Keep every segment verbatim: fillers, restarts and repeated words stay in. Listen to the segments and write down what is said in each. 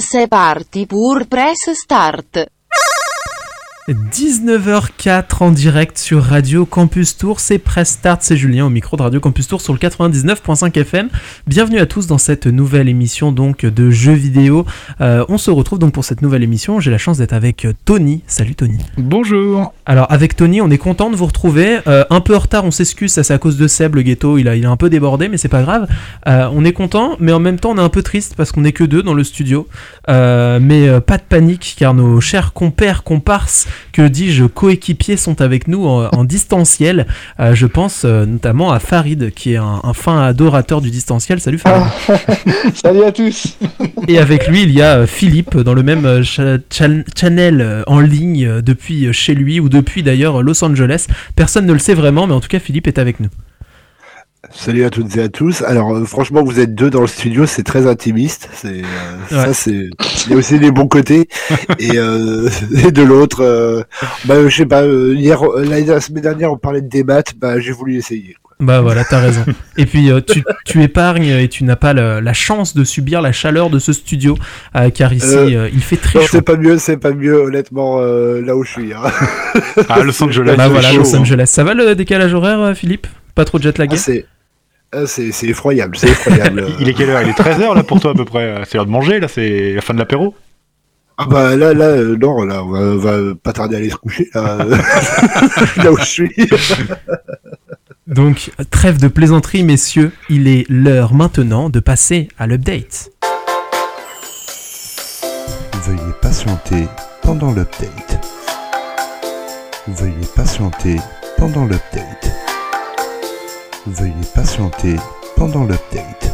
C'est parti pour Press Start. dix-neuf heures quatre en direct sur Radio Campus Tour, c'est Press Start, c'est Julien au micro de Radio Campus Tour sur le quatre-vingt-dix-neuf virgule cinq F M. Bienvenue à tous dans cette nouvelle émission donc de jeux vidéo. Euh, on se retrouve donc pour cette nouvelle émission. J'ai la chance d'être avec Tony. Salut Tony. Bonjour. Alors avec Tony, on est content de vous retrouver. Euh, un peu en retard, on s'excuse, ça c'est à cause de Seb, le ghetto, il a, il a un peu débordé, mais c'est pas grave. Euh, on est content, mais en même temps on est un peu triste parce qu'on est que deux dans le studio. Euh, mais euh, pas de panique car nos chers compères, comparses, que dis-je, coéquipiers sont avec nous en, en distanciel. Euh, je pense euh, notamment à Farid, qui est un, un fin adorateur du distanciel. Salut Farid. Salut à tous. Et avec lui, il y a euh, Philippe, dans le même euh, cha- cha- channel euh, en ligne euh, depuis euh, chez lui, ou depuis d'ailleurs Los Angeles. Personne ne le sait vraiment, mais en tout cas, Philippe est avec nous. Salut à toutes et à tous. Alors euh, franchement, vous êtes deux dans le studio, c'est très intimiste. C'est euh, Ouais. ça, c'est. Il y a aussi des bons côtés et, euh, et de l'autre. Euh, bah, je sais pas. euh, Hier, euh, la, la semaine dernière, on parlait de débat. Bah, j'ai voulu essayer. Quoi. Bah voilà, t'as raison. Et puis euh, tu, tu épargnes et tu n'as pas le- la chance de subir la chaleur de ce studio, euh, car ici Euh, euh, il fait très Non, chaud. c'est pas mieux, c'est pas mieux, honnêtement, euh, là où je suis. Hein. Ah, Los Angeles. Bah c'est voilà, chaud, Los hein. Angeles. Ça va le décalage horaire, euh, Philippe? Pas trop jet lagué? Ah, c'est, ah, c'est, c'est effroyable, c'est effroyable. Il est quelle heure? Il est treize heures là pour toi à peu près. C'est l'heure de manger là, c'est la fin de l'apéro. Ah bah là, là, euh, non, là, on va, on va pas tarder à aller se coucher, là, là où je suis. Donc, trêve de plaisanterie, messieurs, il est l'heure maintenant de passer à l'update. Veuillez patienter pendant l'update. Veuillez patienter pendant l'update. Veuillez patienter pendant l'update.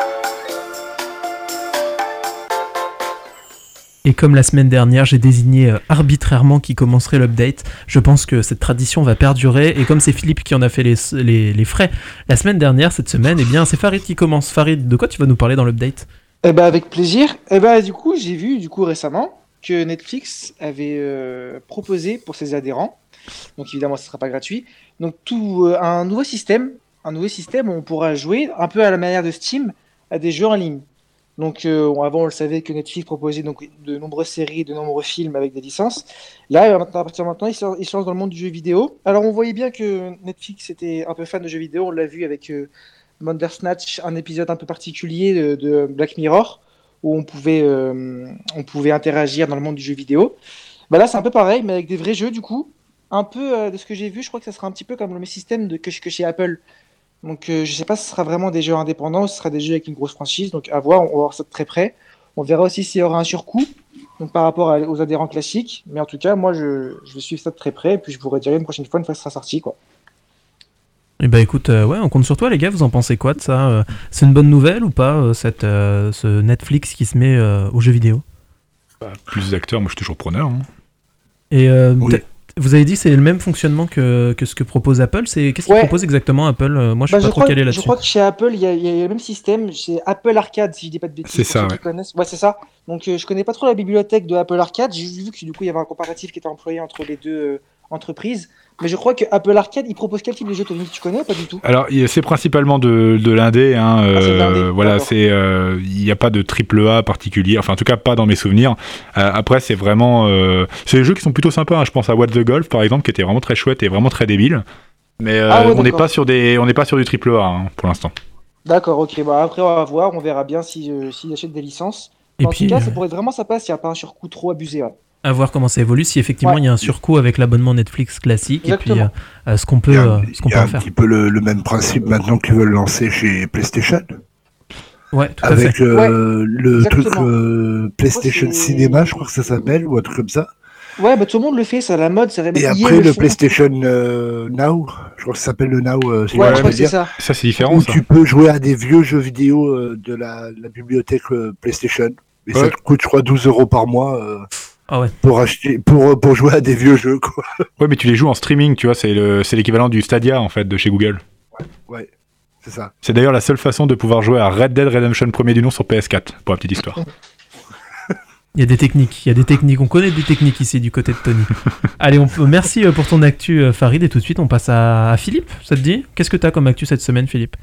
Et comme la semaine dernière, j'ai désigné euh, arbitrairement qui commencerait l'update, je pense que cette tradition va perdurer. Et comme c'est Philippe qui en a fait les, les, les frais la semaine dernière, cette semaine, eh bien c'est Farid qui commence. Farid, de quoi tu vas nous parler dans l'update? Eh ben avec plaisir. Eh ben du coup, j'ai vu du coup récemment que Netflix avait euh, proposé pour ses adhérents, donc évidemment ce sera pas gratuit, donc tout euh, un nouveau système, un nouveau système où on pourra jouer un peu à la manière de Steam à des jeux en ligne. Donc euh, on- avant on le savait que Netflix proposait donc de nombreuses séries, de nombreux films avec des licences. Là euh, maintenant, à partir de maintenant, ils se ils se lancent dans le monde du jeu vidéo. Alors on voyait bien que Netflix était un peu fan de jeux vidéo, on l'a vu avec euh, Bandersnatch, un épisode un peu particulier de, de Black Mirror où on pouvait euh, on pouvait interagir dans le monde du jeu vidéo. Bah là c'est un peu pareil mais avec des vrais jeux du coup. Un peu euh, de ce que j'ai vu, je crois que ça sera un petit peu comme le même système de, que, que chez Apple. Donc euh, je sais pas si ce sera vraiment des jeux indépendants ou si ce sera des jeux avec une grosse franchise. Donc à voir, on va voir ça de très près. On verra aussi s'il y aura un surcoût donc par rapport à- aux adhérents classiques. Mais en tout cas, moi je, je vais suivre ça de très près et puis je vous redirai une prochaine fois une fois que ce sera sorti quoi. Eh ben écoute, euh, ouais, on compte sur toi les gars, vous en pensez quoi de ça? Euh, C'est une bonne nouvelle ou pas, euh, cette, euh, ce Netflix qui se met euh, aux jeux vidéo? Bah, plus d'acteurs, moi je suis toujours preneur. Hein. Et euh, Oui. t'as- vous avez dit que c'est le même fonctionnement que, que ce que propose Apple. C'est qu'est-ce qu'il Ouais. propose exactement Apple? Euh, Moi, je suis Bah, pas je, trop crois, calé je là-dessus. crois que chez Apple, il y, a il y a le même système. Chez Apple Arcade, si je dis pas de bêtises. C'est pour ça, ceux ouais. qui connaissent. Ouais, c'est ça. Donc, euh, je connais pas trop la bibliothèque de Apple Arcade. J'ai vu que du coup, il y avait un comparatif qui était employé entre les deux euh, entreprises. Mais je crois que Apple Arcade, il propose quel type de jeu, Tony? Tu connais ou pas du tout? Alors il- c'est principalement de, de l'indé. Hein, Ah, c'est de euh, l'indé, voilà, d'accord. c'est euh, il n'y a pas de triple A particulier. Enfin en tout cas pas dans mes souvenirs. Euh, après c'est vraiment euh, c'est des jeux qui sont plutôt sympas. Hein. Je pense à What the Golf par exemple qui était vraiment très chouette et vraiment très débile. Mais euh, Ah ouais, on n'est d'accord. pas sur des on n'est pas sur du triple A hein, pour l'instant. D'accord, ok. Bah, après, on va voir. On verra bien si, euh, s'ils achètent des licences. Et Mais en puis, tout cas, euh, ça pourrait être vraiment sympa s'il n'y a pas un surcoût trop abusé. Ouais. à voir comment ça évolue, si effectivement Ouais. il y a un surcoût avec l'abonnement Netflix classique, et puis Exactement. euh, euh, ce qu'on peut, Il y a, euh, un- ce qu'on il y peut a en un faire. petit peu le, le même principe maintenant qu'ils veulent lancer chez PlayStation. Ouais, tout à Avec fait. euh, le exactement. truc euh, PlayStation c'est- Cinéma, je crois que ça s'appelle, ou un truc comme ça. Ouais, bah tout le monde le fait, c'est à la mode. Ça Et même I A après, le font. PlayStation euh, Now, je crois que ça s'appelle le Now, euh, si Ouais, je je veux crois que c'est dire, ça. Ça c'est différent où ça. tu peux jouer à des vieux jeux vidéo euh, de la, la bibliothèque euh, PlayStation. Et ça Ouais. te coûte, je crois, douze euros par mois euh, Ah ouais. pour acheter, pour, pour jouer à des vieux jeux, quoi. Ouais mais tu les joues en streaming, tu vois, c'est le c'est l'équivalent du Stadia en fait de chez Google. Ouais, c'est ça. C'est d'ailleurs la seule façon de pouvoir jouer à Red Dead Redemption premier du nom sur P S quatre pour la petite histoire. Il y a des techniques, il y a des techniques. On connaît des techniques ici du côté de Tony. Allez, on peut... merci euh, pour ton actu, euh, Farid, et tout de suite on passe à, à Philippe. Ça te dit? Qu'est-ce que t'as comme actu cette semaine, Philippe?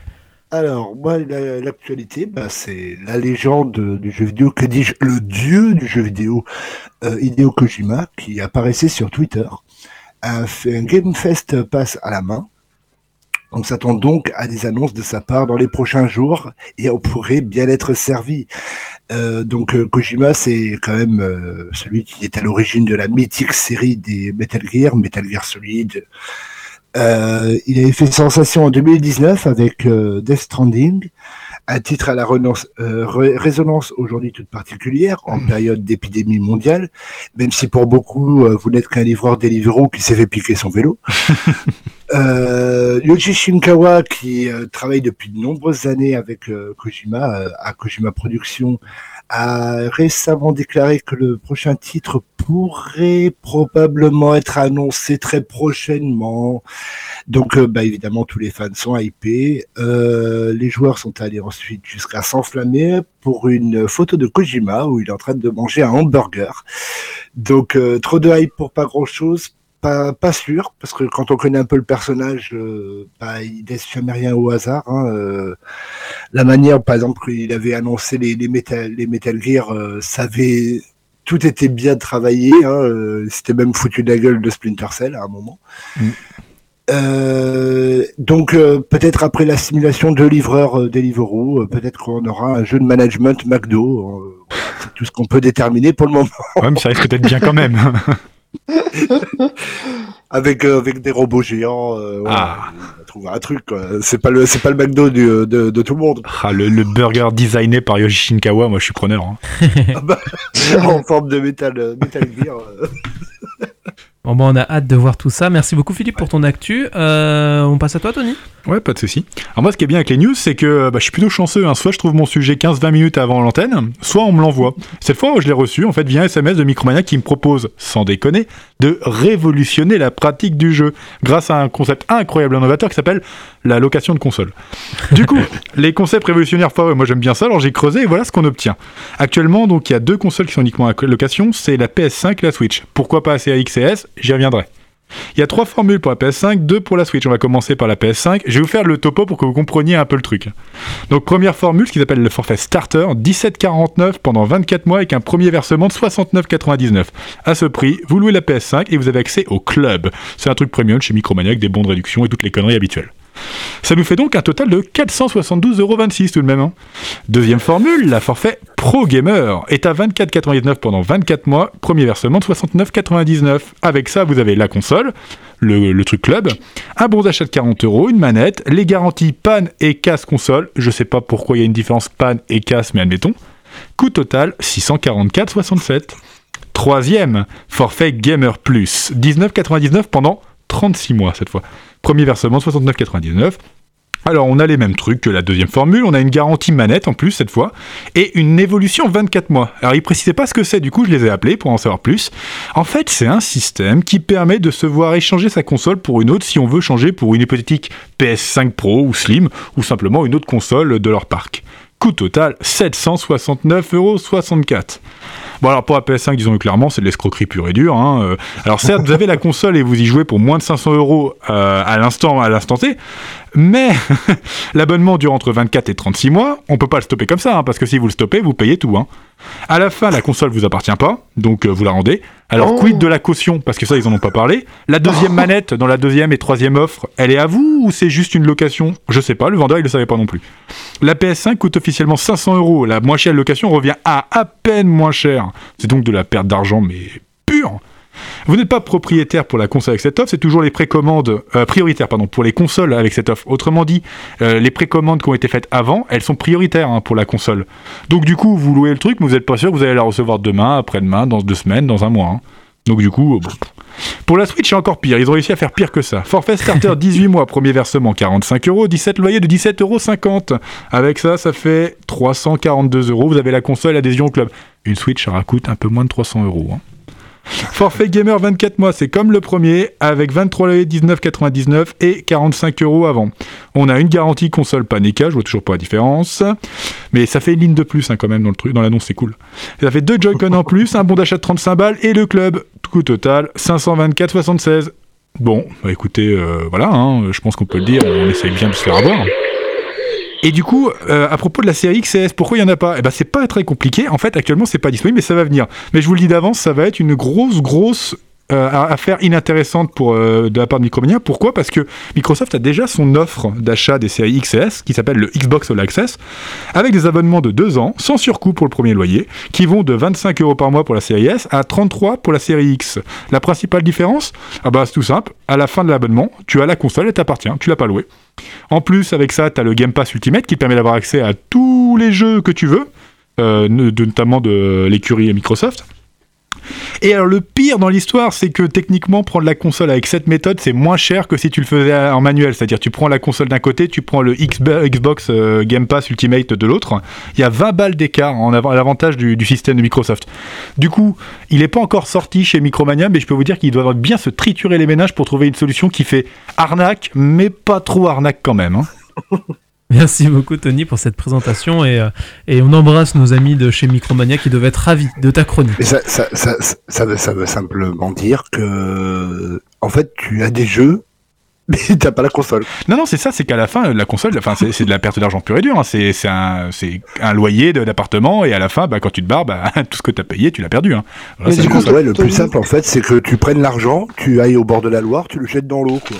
Alors, moi, la- l'actualité, bah, c'est la légende du jeu vidéo, que dis-je, le dieu du jeu vidéo, euh, Hideo Kojima, qui apparaissait sur Twitter, a fait un Game Fest Pass à la main. On s'attend donc à des annonces de sa part dans les prochains jours et on pourrait bien être servi. Euh, donc euh, Kojima, c'est quand même euh, celui qui est à l'origine de la mythique série des Metal Gear, Metal Gear Solid. Euh, il avait fait sensation en deux mille dix-neuf avec euh, Death Stranding, un titre à la renonce, euh, ré- résonance aujourd'hui toute particulière en période d'épidémie mondiale, même si pour beaucoup euh, vous n'êtes qu'un livreur Deliveroo qui s'est fait piquer son vélo. euh, Yoji Shinkawa, qui euh, travaille depuis de nombreuses années avec euh, Kojima, euh, à Kojima Productions, a récemment déclaré que le prochain titre pourrait probablement être annoncé très prochainement. Donc, euh, bah, évidemment, tous les fans sont hypés. Euh, les joueurs sont allés ensuite jusqu'à s'enflammer pour une photo de Kojima où il est en train de manger un hamburger. Donc, euh, trop de hype pour pas grand-chose. Pas, pas sûr, parce que quand on connaît un peu le personnage, euh, bah, il laisse jamais rien au hasard. Hein, euh, la manière, par exemple, qu'il avait annoncé les, les, Metal, les Metal Gear, euh, ça avait, tout était bien travaillé. Hein, euh, c'était même foutu de la gueule de Splinter Cell à un moment. Mm. Euh, donc euh, peut-être après la simulation de livreur euh, Deliveroo, euh, peut-être qu'on aura un jeu de management McDo. Euh, voilà, c'est tout ce qu'on peut déterminer pour le moment. Ouais, mais ça risque d'être bien quand même. avec euh, avec des robots géants, euh, ouais, ah. on va trouver un truc. Quoi. C'est pas le c'est pas le McDo du, de, de tout le monde. Ah, le, le burger designé par Yoshi Shinkawa, moi je suis preneur. Hein. ah bah, en forme de métal métal gear. Euh. Bon, bon, on a hâte de voir tout ça. Merci beaucoup Philippe pour ton actu. Euh, on passe à toi Tony. Ouais, pas de souci. Alors moi, ce qui est bien avec les news, c'est que bah, je suis plutôt chanceux. Hein. Soit je trouve mon sujet quinze vingt minutes avant l'antenne, soit on me l'envoie. Cette fois, je l'ai reçu en fait via un S M S de Micromania qui me propose, sans déconner, de révolutionner la pratique du jeu grâce à un concept incroyable, innovateur qui s'appelle la location de console. Du coup, les concepts révolutionnaires foireux, moi j'aime bien ça. Alors j'ai creusé et voilà ce qu'on obtient. Actuellement, donc il y a deux consoles qui sont uniquement à location, c'est la P S cinq et la Switch. Pourquoi pas assez à X et S ? J'y reviendrai. Il y a trois formules pour la P S cinq, deux pour la Switch. On va commencer par la P S cinq. Je vais vous faire le topo pour que vous compreniez un peu le truc. Donc première formule, ce qu'ils appellent le forfait starter, dix-sept quarante-neuf pendant vingt-quatre mois avec un premier versement de soixante-neuf quatre-vingt-dix-neuf. À ce prix, vous louez la P S cinq et vous avez accès au club. C'est un truc premium chez Micromania avec des bons de réduction et toutes les conneries habituelles. Ça nous fait donc un total de quatre cent soixante-douze euros vingt-six tout de même. Hein. Deuxième formule, la forfait Pro Gamer est à vingt-quatre quatre-vingt-dix-neuf pendant vingt-quatre mois, premier versement de soixante-neuf quatre-vingt-dix-neuf. Avec ça, vous avez la console, le, le truc club, un bon d'achat de quarante euros, une manette, les garanties panne et casse console. Je sais pas pourquoi il y a une différence panne et casse, mais admettons. Coût total six cent quarante-quatre soixante-sept. Troisième, forfait Gamer Plus, dix-neuf quatre-vingt-dix-neuf pendant trente-six mois cette fois. Premier versement soixante-neuf quatre-vingt-dix-neuf. Alors on a les mêmes trucs que la deuxième formule, on a une garantie manette en plus cette fois, et une évolution vingt-quatre mois. Alors ils précisaient pas ce que c'est, du coup je les ai appelés pour en savoir plus. En fait c'est un système qui permet de se voir échanger sa console pour une autre si on veut changer pour une hypothétique P S cinq Pro ou Slim, ou simplement une autre console de leur parc. Coût total sept cent soixante-neuf euros soixante-quatre. Bon alors pour la P S cinq, disons clairement, c'est de l'escroquerie pure et dure. Hein. Alors certes, vous avez la console et vous y jouez pour moins de cinq cents euros euh, à l'instant, à l'instant T, mais l'abonnement dure entre vingt-quatre et trente-six mois. On peut pas le stopper comme ça, hein, parce que si vous le stoppez, vous payez tout. Hein. À la fin, la console vous appartient pas, donc euh, vous la rendez. Alors, quid de la caution ? Parce que ça, ils en ont pas parlé. La deuxième manette, dans la deuxième et troisième offre, elle est à vous ou c'est juste une location ? Je sais pas, le vendeur, il le savait pas non plus. La P S cinq coûte officiellement cinq cents euros. La moins chère location revient à à peine moins cher. C'est donc de la perte d'argent, mais pure. Vous n'êtes pas propriétaire pour la console avec cette offre, c'est toujours les précommandes euh, prioritaires pardon, pour les consoles avec cette offre. Autrement dit, euh, les précommandes qui ont été faites avant, elles sont prioritaires hein, pour la console. Donc du coup, vous louez le truc, mais vous n'êtes pas sûr que vous allez la recevoir demain, après-demain, dans deux semaines, dans un mois. Hein. Donc du coup, euh, bon. Pour la Switch, c'est encore pire. Ils ont réussi à faire pire que ça. Forfait starter dix-huit mois, premier versement quarante-cinq euros, dix-sept loyer de dix-sept euros cinquante. Avec ça, ça fait trois cent quarante-deux euros. Vous avez la console adhésion au club. Une Switch, ça coûte un peu moins de trois cents euros. Hein. Forfait gamer vingt-quatre mois, c'est comme le premier, avec vingt-trois loyers dix-neuf quatre-vingt-dix-neuf et quarante-cinq euros avant. On a une garantie console Panica, je vois toujours pas la différence, mais ça fait une ligne de plus hein, quand même dans le truc, dans l'annonce c'est cool. Ça fait deux Joy-Con en plus, un bon d'achat de trente-cinq balles et le club. Coût total cinq cent vingt-quatre soixante-seize. Bon, bah écoutez, euh, voilà, hein, je pense qu'on peut le dire, on essaye bien de se faire avoir. Et du coup, euh, à propos de la série X et S, pourquoi il n'y en a pas ? Eh ben, c'est pas très compliqué. En fait, actuellement, c'est pas disponible, mais ça va venir. Mais je vous le dis d'avance, ça va être une grosse, grosse euh, affaire inintéressante pour, euh, de la part de Micromania. Pourquoi ? Parce que Microsoft a déjà son offre d'achat des séries X et S, qui s'appelle le Xbox All Access, avec des abonnements de deux ans, sans surcoût pour le premier loyer, qui vont de vingt-cinq euros par mois pour la série S à trente-trois pour la série X. La principale différence ? Ah bah, c'est tout simple. À la fin de l'abonnement, tu as la console, elle t'appartient, tu l'as pas louée. En plus, avec ça, tu as le Game Pass Ultimate qui te permet d'avoir accès à tous les jeux que tu veux, euh, de, notamment de l'écurie Microsoft. Et alors, le pire dans l'histoire, c'est que techniquement, prendre la console avec cette méthode, c'est moins cher que si tu le faisais en manuel. C'est-à-dire, tu prends la console d'un côté, tu prends le X- Xbox euh, Game Pass Ultimate de l'autre. Il y a vingt balles d'écart en avant, à l'avantage du, du système de Microsoft. Du coup, il n'est pas encore sorti chez Micromania, mais je peux vous dire qu'il doit bien se triturer les ménages pour trouver une solution qui fait arnaque, mais pas trop arnaque quand même. Hein. Merci beaucoup Tony pour cette présentation et, euh, et on embrasse nos amis de chez Micromania qui doivent être ravis de ta chronique. Mais ça, ça, ça, ça, ça, veut, ça veut simplement dire que, en fait, tu as des jeux, mais t'as pas la console. Non, non, c'est ça, c'est qu'à la fin, la console, enfin, c'est, c'est de la perte d'argent pure et dure. Hein. C'est, c'est, un, c'est un loyer de, d'appartement et à la fin, bah, quand tu te barres, bah, tout ce que t'as payé, tu l'as perdu. Hein. Voilà, c'est du coup, ouais, le plus simple, en fait, c'est que tu prennes l'argent, tu ailles au bord de la Loire, tu le jettes dans l'eau, quoi.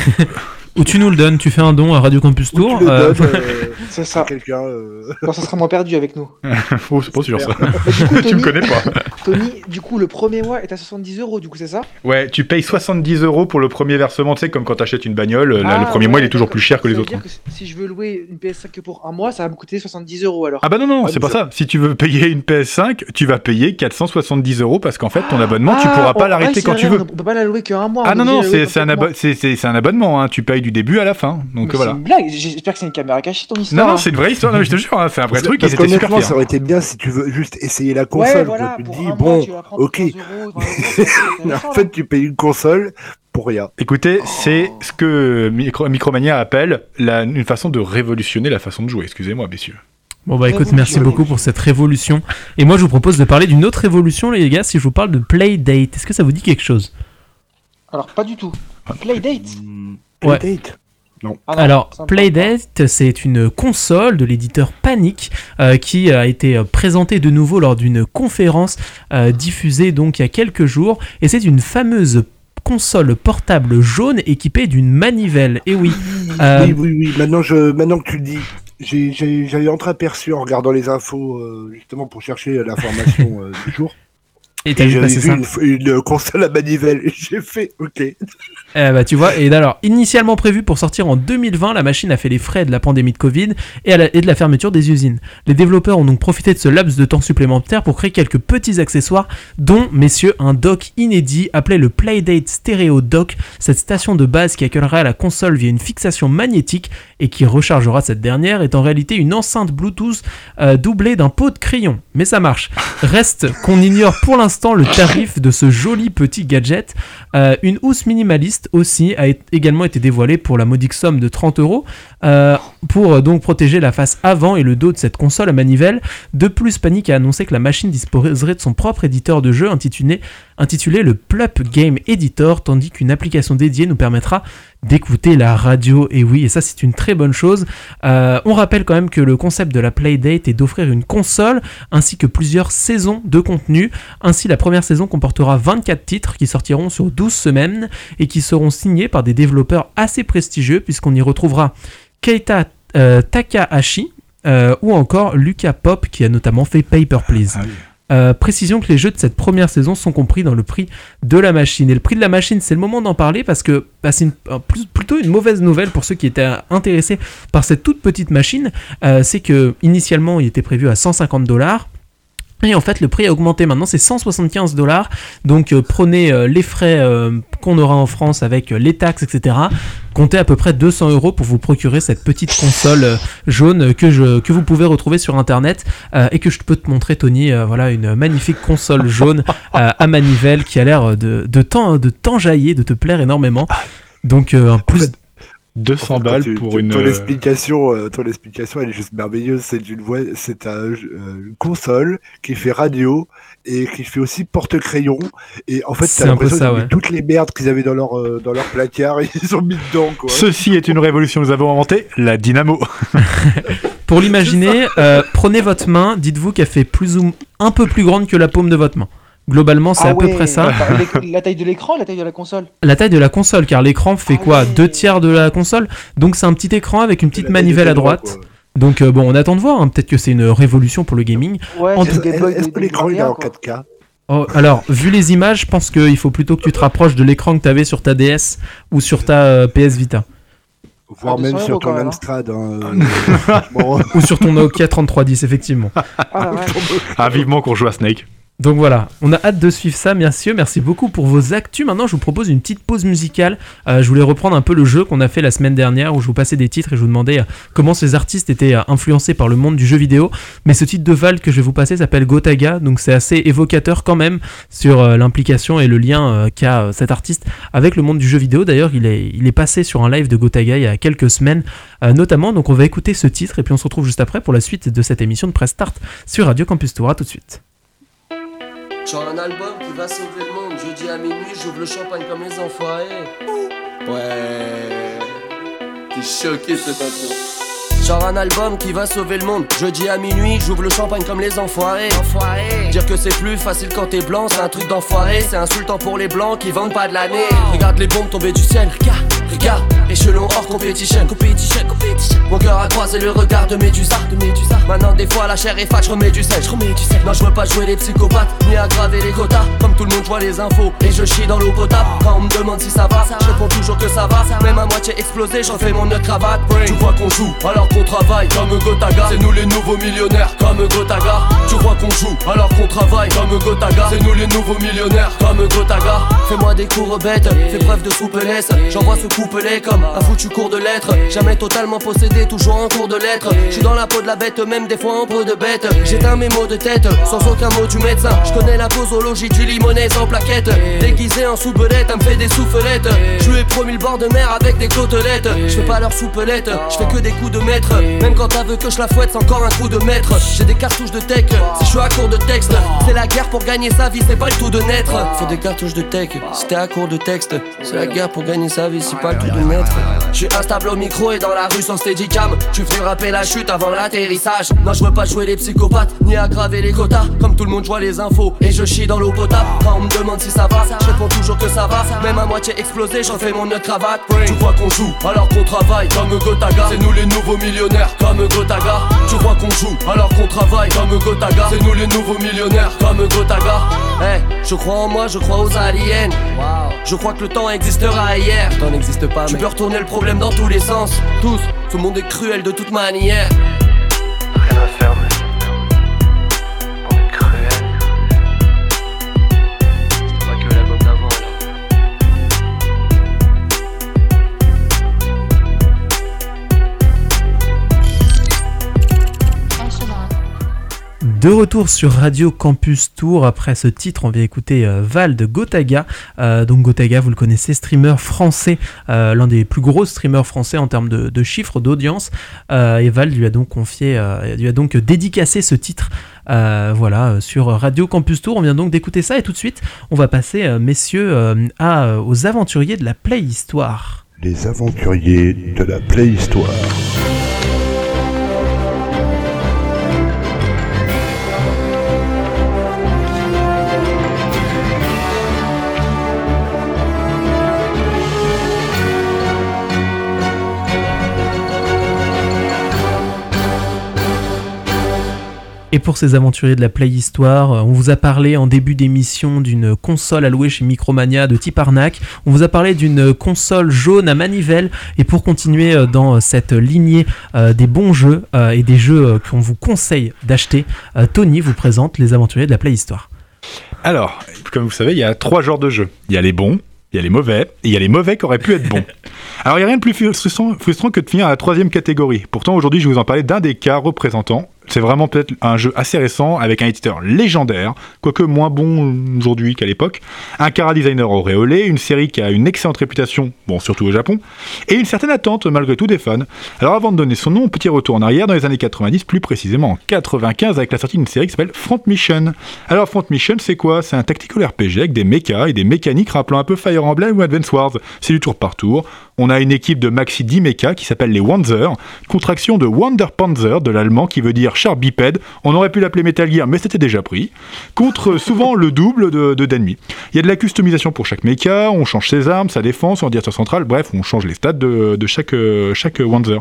Ou tu nous le donnes, tu fais un don à Radio Campus Tour. Tu le euh... donnes, euh, c'est ça. Quelqu'un, euh... Bon, ça sera moins perdu avec nous. oh, c'est pas sûr ça. Du coup, Tony, tu me connais pas. Tony, du coup, le premier mois est à soixante-dix euros, du coup, c'est ça ? Ouais, tu payes soixante-dix euros pour le premier versement, tu sais, comme quand t'achètes une bagnole, ah, là, le premier ouais, mois il est toujours plus cher que les ça veut autres. dire que si je veux louer une P S cinq que pour un mois, ça va me coûter soixante-dix euros alors. Ah bah non, non, ah, c'est pas ça... ça. Si tu veux payer une P S cinq, tu vas payer quatre cent soixante-dix euros parce qu'en fait, ton abonnement, ah, tu pourras pas oh, l'arrêter ouais, quand tu veux. On peut pas la louer qu'un mois. Ah non, non, c'est, c'est, un abo- c'est, c'est, c'est un abonnement, hein. Tu payes du début à la fin. Donc mais voilà. C'est une blague, j'espère que c'est une caméra cachée ton histoire. Non, non, c'est une vraie histoire, non, je te jure, hein, c'est un vrai truc. Parce ils étaient super fiers. Ça aurait été bien si tu veux juste essayer la console. Ouais, voilà, tu te dis, bon, mois, ok. euros, euros, en fait, tu payes une console pour rien. Écoutez, oh. c'est ce que Micro- Micromania appelle la, une façon de révolutionner la façon de jouer. Excusez-moi, messieurs. Bon bah écoute, merci beaucoup pour cette révolution. Et moi je vous propose de parler d'une autre révolution les gars, si je vous parle de Playdate. Est-ce que ça vous dit quelque chose ? Alors pas du tout. Playdate mmh, Playdate ouais. Non. Ah non, alors, Playdate, c'est une console de l'éditeur Panic euh, qui a été présentée de nouveau lors d'une conférence euh, diffusée donc il y a quelques jours. Et c'est une fameuse console portable jaune équipée d'une manivelle. Et oui. Euh... Oui, oui, oui. Maintenant, je, maintenant que tu le dis, j'ai, j'ai, j'avais entreaperçu en regardant les infos euh, justement pour chercher l'information euh, du jour. Et t'as et vu passer ça une, une console à manivelle et j'ai fait ok. Eh bah tu vois, et alors initialement prévu pour sortir en deux mille vingt, la machine a fait les frais de la pandémie de Covid et, à la, et de la fermeture des usines. Les développeurs ont donc profité de ce laps de temps supplémentaire pour créer quelques petits accessoires, dont, messieurs, un dock inédit appelé le Playdate Stereo Dock, cette station de base qui accueillera la console via une fixation magnétique et qui rechargera cette dernière est en réalité une enceinte Bluetooth euh, doublée d'un pot de crayon. Mais ça marche. Reste qu'on ignore pour l'instant le tarif de ce joli petit gadget. Euh, une housse minimaliste aussi a é- également été dévoilée pour la modique somme de trente euros euh, pour euh, donc protéger la face avant et le dos de cette console à manivelle. De plus, Panic a annoncé que la machine disposerait de son propre éditeur de jeu intitulé, intitulé le Plup Game Editor, tandis qu'une application dédiée nous permettra d'écouter la radio. Et oui, et ça c'est une très bonne chose. Euh, on rappelle quand même que le concept de la Playdate est d'offrir une console ainsi que plusieurs saisons de contenu. Ainsi, la première saison comportera vingt-quatre titres qui sortiront sur douze semaines et qui seront signés par des développeurs assez prestigieux puisqu'on y retrouvera Keita euh, Takahashi euh, ou encore Lucas Pop qui a notamment fait Paper Please. Ah oui. Euh, précision que les jeux de cette première saison sont compris dans le prix de la machine. Et le prix de la machine, c'est le moment d'en parler parce que bah, c'est une, euh, plus, plutôt une mauvaise nouvelle pour ceux qui étaient intéressés par cette toute petite machine. Euh, c'est que initialement, il était prévu à cent cinquante dollars. Et en fait, le prix a augmenté. Maintenant, c'est cent soixante-quinze dollars. Donc, euh, prenez euh, les frais euh, qu'on aura en France avec euh, les taxes, et cetera. Comptez à peu près deux cents euros pour vous procurer cette petite console euh, jaune que, je, que vous pouvez retrouver sur Internet euh, et que je peux te montrer, Tony. Euh, voilà, une magnifique console jaune euh, à manivelle qui a l'air de, de, temps, de t'enjailler, de te plaire énormément. Donc, euh, un plus... En fait, deux cents Enfin, balles tu- pour tu- une. Ton euh, explication, euh, ton explication, elle est juste merveilleuse. C'est une voix, c'est un, euh, une console qui fait radio et qui fait aussi porte-crayon. Et en fait, C'est t'as un peu l'impression ça, qu'ils ont mis ouais. toutes les merdes qu'ils avaient dans leur euh, dans leur placard, et ils ont mis dedans, quoi. Ceci est une révolution. Nous avons inventé la dynamo. Pour l'imaginer, euh, prenez votre main, dites-vous qu'elle fait plus ou un peu plus grande que la paume de votre main. Globalement, c'est Ah à peu ouais, près ça. bah, l'éc- La taille de l'écran, la taille de la console. La taille de la console, car l'écran fait Ah quoi ouais. Deux tiers de la console. Donc c'est un petit écran avec une petite La taille manivelle des à doigts, droite. quoi. Donc euh, bon, on attend de voir. hein. Peut-être que c'est une révolution pour le gaming. Ouais, En c'est tout- le Game Boy Est-ce de- que de l'écran il est Maria, en quoi. quatre K? Oh, alors, vu les images, je pense qu'il faut plutôt que tu te rapproches de l'écran que tu avais sur ta D S ou sur ta euh, P S Vita. Voire Ah, même deux cents sur euros ton quand même, hein. Amstrad. Hein, euh, franchement. Ou sur ton Nokia trente-trois dix, effectivement. Ah, la vache. Ah, vivement qu'on joue à Snake. Donc voilà, on a hâte de suivre ça, messieurs. Merci beaucoup pour vos actus. Maintenant, je vous propose une petite pause musicale. Euh, je voulais reprendre un peu le jeu qu'on a fait la semaine dernière où je vous passais des titres et je vous demandais euh, comment ces artistes étaient euh, influencés par le monde du jeu vidéo. Mais ce titre de Val que je vais vous passer s'appelle Gotaga, donc c'est assez évocateur quand même sur euh, l'implication et le lien euh, qu'a euh, cet artiste avec le monde du jeu vidéo. D'ailleurs, il est, il est passé sur un live de Gotaga il y a quelques semaines, euh, notamment. Donc on va écouter ce titre et puis on se retrouve juste après pour la suite de cette émission de Press Start sur Radio Campus Tour. À tout de suite. Genre un album qui va sauver le monde. Jeudi à minuit, j'ouvre le champagne comme les enfoirés. Ouais. T'es choqué, ce patron. Genre un album qui va sauver le monde. Jeudi à minuit, j'ouvre le champagne comme les enfoirés. Enfoirés. Dire que c'est plus facile quand t'es blanc, c'est un truc d'enfoiré. C'est insultant pour les blancs qui vendent pas de l'année. Regarde les bombes tomber du ciel. Regarde, regarde. Échelon hors competition. Competition, competition. Mon cœur a croisé le regard de Médusa. De Médusa. Maintenant des fois la chair est fat, je remets du sel. Je remets du sel. Non, je veux pas jouer les psychopathes, ni aggraver les quotas. Comme tout le monde, je vois les infos et je chie dans l'eau potable. Quand on me demande si ça va, je réponds toujours que ça va. Même à moitié explosé, j'en fais mon nœud cravate. Tu vois qu'on joue alors qu'on travaille comme Gotaga. C'est nous les nouveaux millionnaires comme Gotaga. Tu crois qu'on joue alors qu'on travaille comme Gotaga. C'est nous les nouveaux millionnaires comme Gotaga. Fais-moi des cours bêtes, fais preuve de souplesse. J'envoie ce couplet comme un foutu cours de lettres. Jamais totalement possédé, toujours en cours de lettres. J'suis dans la peau de la bête, même des fois en peau de bête. J'éteins mes mots de tête, sans aucun mot du médecin. J'connais la posologie du limonaise en plaquette. Déguisé en soupelette, elle me fait des soufflettes. J'lui ai promis le bord de mer avec des côtelettes. J'fais pas leur soupelette, j'fais que des coups de maître. Même quand t'as veux que je la fouette, c'est encore un coup de maître. J'ai des cartouches de tech, si je suis à court de texte. C'est la guerre pour gagner sa vie, c'est pas le tout de naître. Faut des cartouches de tech, si t'es à court de texte. C'est la guerre pour gagner sa vie, c'est pas le tout de naître. J'suis instable au micro et dans la rue sans steadicam. Tu fais rapper la chute avant l'atterrissage. Non, je veux pas jouer les psychopathes, ni aggraver les quotas. Comme tout le monde, je vois les infos et je chie dans l'eau potable. Quand on me demande si ça va, je réponds toujours que ça va. Même à moitié explosé, j'en fais mon nœud cravate. Tu crois qu'on joue alors qu'on travaille comme Gotaga. C'est nous les nouveaux millionnaires comme Gotaga. Tu crois qu'on joue alors qu'on travaille comme Gotaga. C'est nous les nouveaux millionnaires comme Gotaga. Hey, je crois en moi, je crois aux aliens. Je crois que le temps existera hier. Le temps n'existe pas, tu peux retourner le problème dans tous les sens. Tous, ce monde est cruel de toute manière. Rien à faire, mais on est cruel. C'est pas que l'album d'avant, là. De retour sur Radio Campus Tour, après ce titre on vient écouter euh, Val de Gotaga. Euh, donc Gotaga, vous le connaissez, streamer français, euh, l'un des plus gros streamers français en termes de, de chiffres d'audience, euh, et Val lui a donc confié, euh, lui a donc dédicacé ce titre euh, voilà, sur Radio Campus Tour. On vient donc d'écouter ça et tout de suite on va passer euh, messieurs euh, à, euh, aux aventuriers de la Playhistoire. Les aventuriers de la Playhistoire. Et pour ces aventuriers de la Playhistoire, on vous a parlé en début d'émission d'une console à louer chez Micromania de type arnaque. On vous a parlé d'une console jaune à manivelle. Et pour continuer dans cette lignée euh, des bons jeux euh, et des jeux euh, qu'on vous conseille d'acheter, euh, Tony vous présente les aventuriers de la Playhistoire. Alors, comme vous savez, il y a trois genres de jeux. Il y a les bons, il y a les mauvais, et il y a les mauvais qui auraient pu être bons. Alors, il n'y a rien de plus frustrant, frustrant que de finir à la troisième catégorie. Pourtant, aujourd'hui, je vais vous en parler d'un des cas représentants C'est vraiment peut-être un jeu assez récent avec un éditeur légendaire, quoique moins bon aujourd'hui qu'à l'époque, un chara-designer auréolé, une série qui a une excellente réputation, bon surtout au Japon, et une certaine attente malgré tout des fans. Alors avant de donner son nom, petit retour en arrière dans les années quatre-vingt-dix, plus précisément en quatre-vingt-quinze avec la sortie d'une série qui s'appelle Front Mission. Alors Front Mission c'est quoi ? C'est un tactical R P G avec des mechas et des mécaniques rappelant un peu Fire Emblem ou Advance Wars. C'est du tour par tour. On a une équipe de maxi dix mechas qui s'appelle les Wanzer, contraction de Wanderpanzer de l'allemand qui veut dire char bipède. On aurait pu l'appeler Metal Gear, mais c'était déjà pris. Contre souvent le double de, de d'ennemis. Il y a de la customisation pour chaque mecha, on change ses armes, sa défense, son ordinateur central, bref, on change les stats de, de chaque, chaque Wanzer.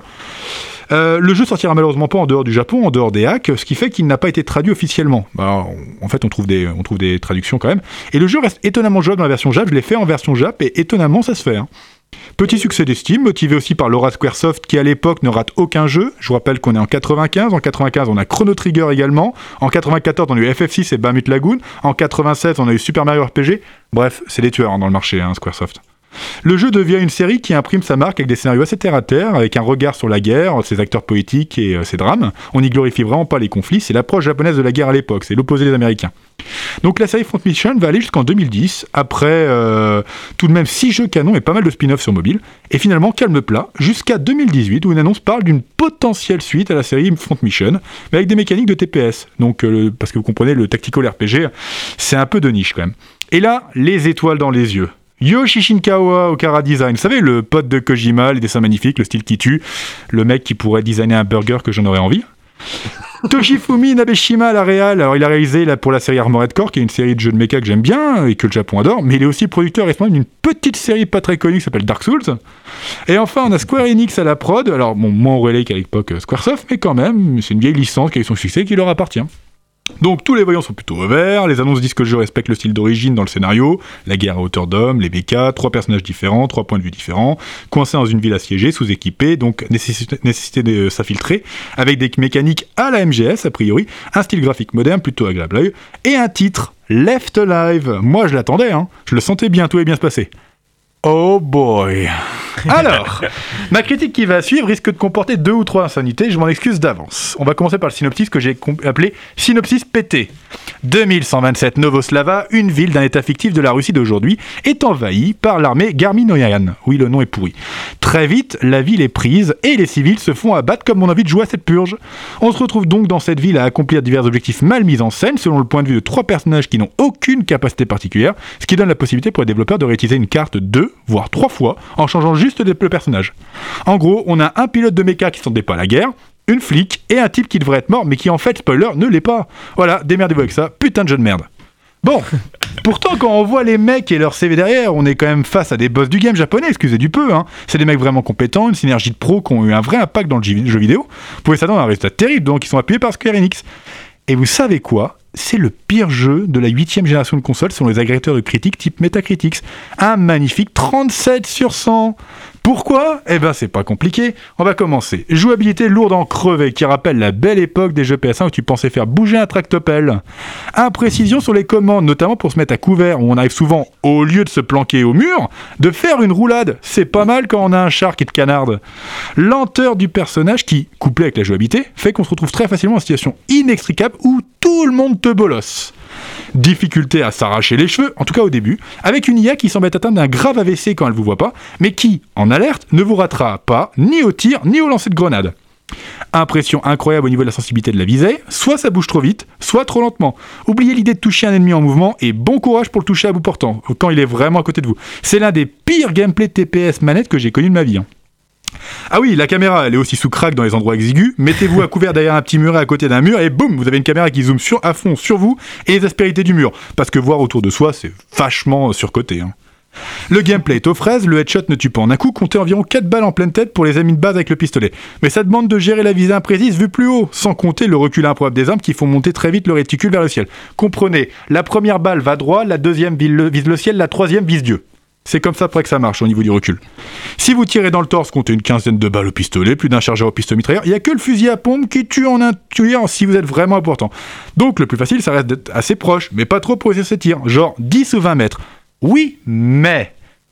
Euh, le jeu sortira malheureusement pas en dehors du Japon, en dehors des hacks, ce qui fait qu'il n'a pas été traduit officiellement. Bah, on, en fait, on trouve, des, on trouve des traductions quand même. Et le jeu reste étonnamment jouable dans la version Jap. Je l'ai fait en version Jap et étonnamment, ça se fait. Hein. Petit succès d'estime, motivé aussi par l'aura Squaresoft qui à l'époque ne rate aucun jeu. Je vous rappelle qu'on est en quatre-vingt-quinze. En quatre-vingt-quinze, on a Chrono Trigger également. En quatre-vingt-quatorze, on a eu F F six et Bahamut Lagoon. En quatre-vingt-seize, on a eu Super Mario R P G. Bref, c'est des tueurs hein, dans le marché, hein, Squaresoft. Le jeu devient une série qui imprime sa marque avec des scénarios assez terre-à-terre, avec un regard sur la guerre, ses acteurs poétiques et euh, ses drames. On n'y glorifie vraiment pas les conflits, c'est l'approche japonaise de la guerre à l'époque, c'est l'opposé des Américains. Donc la série Front Mission va aller jusqu'en deux mille dix, après euh, tout de même six jeux canons et pas mal de spin-offs sur mobile, et finalement calme plat, jusqu'à deux mille dix-huit, où une annonce parle d'une potentielle suite à la série Front Mission, mais avec des mécaniques de T P S. Donc, euh, parce que vous comprenez, le tactical R P G, c'est un peu de niche quand même. Et là, les étoiles dans les yeux. Yoshi Shinkawa au Chara Design, vous savez, le pote de Kojima, les dessins magnifiques, le style qui tue, le mec qui pourrait designer un burger que j'en aurais envie. Toshifumi Nabeshima à la réal, alors il a réalisé là, pour la série Armored Core, qui est une série de jeux de mecha que j'aime bien et que le Japon adore, mais il est aussi producteur et responsable d'une petite série pas très connue qui s'appelle Dark Souls. Et enfin, on a Square Enix à la prod, alors bon, moins relais qu'à l'époque Squaresoft, mais quand même, c'est une vieille licence qui a eu son succès qui leur appartient. Donc tous les voyants sont plutôt au vert, les annonces disent que le jeu respecte le style d'origine dans le scénario, la guerre à hauteur d'homme, les mechas, trois personnages différents, trois points de vue différents, coincés dans une ville assiégée, sous-équipée, donc nécessité, nécessité de s'infiltrer, avec des mécaniques à la M G S a priori, un style graphique moderne plutôt agréable à l'œil, et un titre, Left Alive. Moi je l'attendais, hein. Je le sentais bien, tout allait bien se passer. Oh boy. Alors, ma critique qui va suivre risque de comporter deux ou trois insanités, je m'en excuse d'avance. On va commencer par le synopsis que j'ai comp- appelé Synopsis pété. deux mille cent vingt-sept Novoslava, une ville d'un état fictif de la Russie d'aujourd'hui, est envahie par l'armée Garminoyan. Oui, le nom est pourri. Très vite, la ville est prise et les civils se font abattre comme on a envie de jouer à cette purge. On se retrouve donc dans cette ville à accomplir divers objectifs mal mis en scène selon le point de vue de trois personnages qui n'ont aucune capacité particulière, ce qui donne la possibilité pour les développeurs de réutiliser une carte deux, voire trois fois, en changeant juste le personnage. En gros, on a un pilote de méca qui s'entendait pas à la guerre, une flic et un type qui devrait être mort mais qui en fait, spoiler, ne l'est pas. Voilà, démerdez-vous avec ça, putain de jeu de merde. Bon, pourtant quand on voit les mecs et leur C V derrière, on est quand même face à des boss du game japonais, excusez du peu, hein. C'est des mecs vraiment compétents, une synergie de pros qui ont eu un vrai impact dans le jeu vidéo. Vous pouvez s'attendre à un résultat terrible, donc ils sont appuyés par Square Enix. Et vous savez quoi ? C'est le pire jeu de la huitième génération de consoles selon les agrégateurs de critiques type Metacritic. Un magnifique trente-sept sur cent. Pourquoi ? Eh ben c'est pas compliqué. On va commencer. Jouabilité lourde en crevé qui rappelle la belle époque des jeux P S un où tu pensais faire bouger un tractopelle. Imprécision sur les commandes, notamment pour se mettre à couvert, où on arrive souvent, au lieu de se planquer au mur, de faire une roulade. C'est pas mal quand on a un char qui te canarde. Lenteur du personnage qui, couplé avec la jouabilité, fait qu'on se retrouve très facilement en situation inextricable où tout le monde te bolosse. Difficulté à s'arracher les cheveux, en tout cas au début, avec une I A qui semble être atteinte d'un grave A V C quand elle vous voit pas, mais qui, en alerte, ne vous ratera pas ni au tir ni au lancer de grenade. Impression incroyable au niveau de la sensibilité de la visée, soit ça bouge trop vite, soit trop lentement. Oubliez l'idée de toucher un ennemi en mouvement et bon courage pour le toucher à bout portant, quand il est vraiment à côté de vous. C'est l'un des pires gameplays T P S manette que j'ai connu de ma vie. Hein. Ah oui, la caméra, elle est aussi sous crack dans les endroits exigus. Mettez-vous à couvert derrière un petit muret à côté d'un mur et boum, vous avez une caméra qui zoome sur, à fond sur vous et les aspérités du mur. Parce que voir autour de soi, c'est vachement surcoté. Hein. Le gameplay est aux fraises, le headshot ne tue pas en un coup, comptez environ quatre balles en pleine tête pour les amis de base avec le pistolet. Mais ça demande de gérer la visée imprécise vue plus haut, sans compter le recul improbable des armes qui font monter très vite le réticule vers le ciel. Comprenez, la première balle va droit, la deuxième vise le ciel, la troisième vise Dieu. C'est comme ça après que ça marche au niveau du recul. Si vous tirez dans le torse, comptez une quinzaine de balles au pistolet, plus d'un chargeur au pistolet mitrailleur, il n'y a que le fusil à pompe qui tue en un tir si vous êtes vraiment important. Donc le plus facile, ça reste d'être assez proche, mais pas trop pour essayer ces tirs, genre dix ou vingt mètres. Oui, mais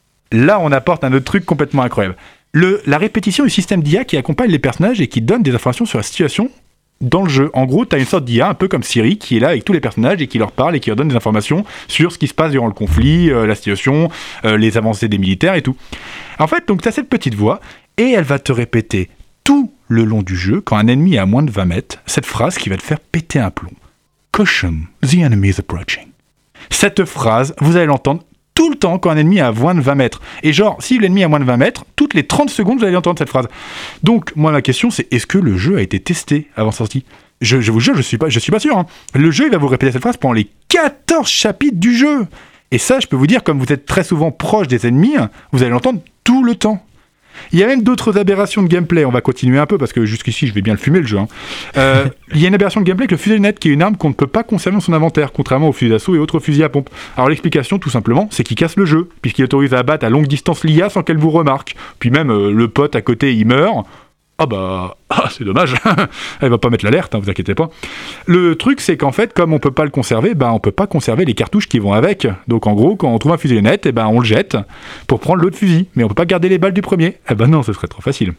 là on apporte un autre truc complètement incroyable. Le, la répétition du système d'I A qui accompagne les personnages et qui donne des informations sur la situation dans le jeu. En gros, tu as une sorte d'I A, un peu comme Siri, qui est là avec tous les personnages et qui leur parle et qui leur donne des informations sur ce qui se passe durant le conflit, euh, la situation, euh, les avancées des militaires et tout. En fait, donc tu as cette petite voix et elle va te répéter tout le long du jeu, quand un ennemi est à moins de vingt mètres, cette phrase qui va te faire péter un plomb. Caution, the enemy is approaching. Cette phrase, vous allez l'entendre tout le temps quand un ennemi est à moins de vingt mètres. Et genre, si l'ennemi est à moins de vingt mètres, toutes les trente secondes, vous allez entendre cette phrase. Donc, moi, ma question, c'est est-ce que le jeu a été testé avant sortie ? je, je vous jure, je suis pas, je suis pas sûr. Hein. Le jeu, il va vous répéter cette phrase pendant les quatorze chapitres du jeu. Et ça, je peux vous dire, comme vous êtes très souvent proche des ennemis, vous allez l'entendre tout le temps. Il y a même d'autres aberrations de gameplay, on va continuer un peu parce que jusqu'ici je vais bien le fumer le jeu. Hein. Euh, il y a une aberration de gameplay avec le fusil net qui est une arme qu'on ne peut pas conserver dans son inventaire, contrairement aux fusils d'assaut et autres fusils à pompe. Alors l'explication tout simplement, c'est qu'il casse le jeu, puisqu'il autorise à abattre à longue distance l'I A sans qu'elle vous remarque. Puis même euh, le pote à côté il meurt. Ah bah, ah, c'est dommage, elle va pas mettre l'alerte, hein, vous inquiétez pas. Le truc c'est qu'en fait, comme on peut pas le conserver, bah on peut pas conserver les cartouches qui vont avec. Donc en gros, quand on trouve un fusil net, et ben on le jette pour prendre l'autre fusil, mais on peut pas garder les balles du premier. Eh ben non, ce serait trop facile.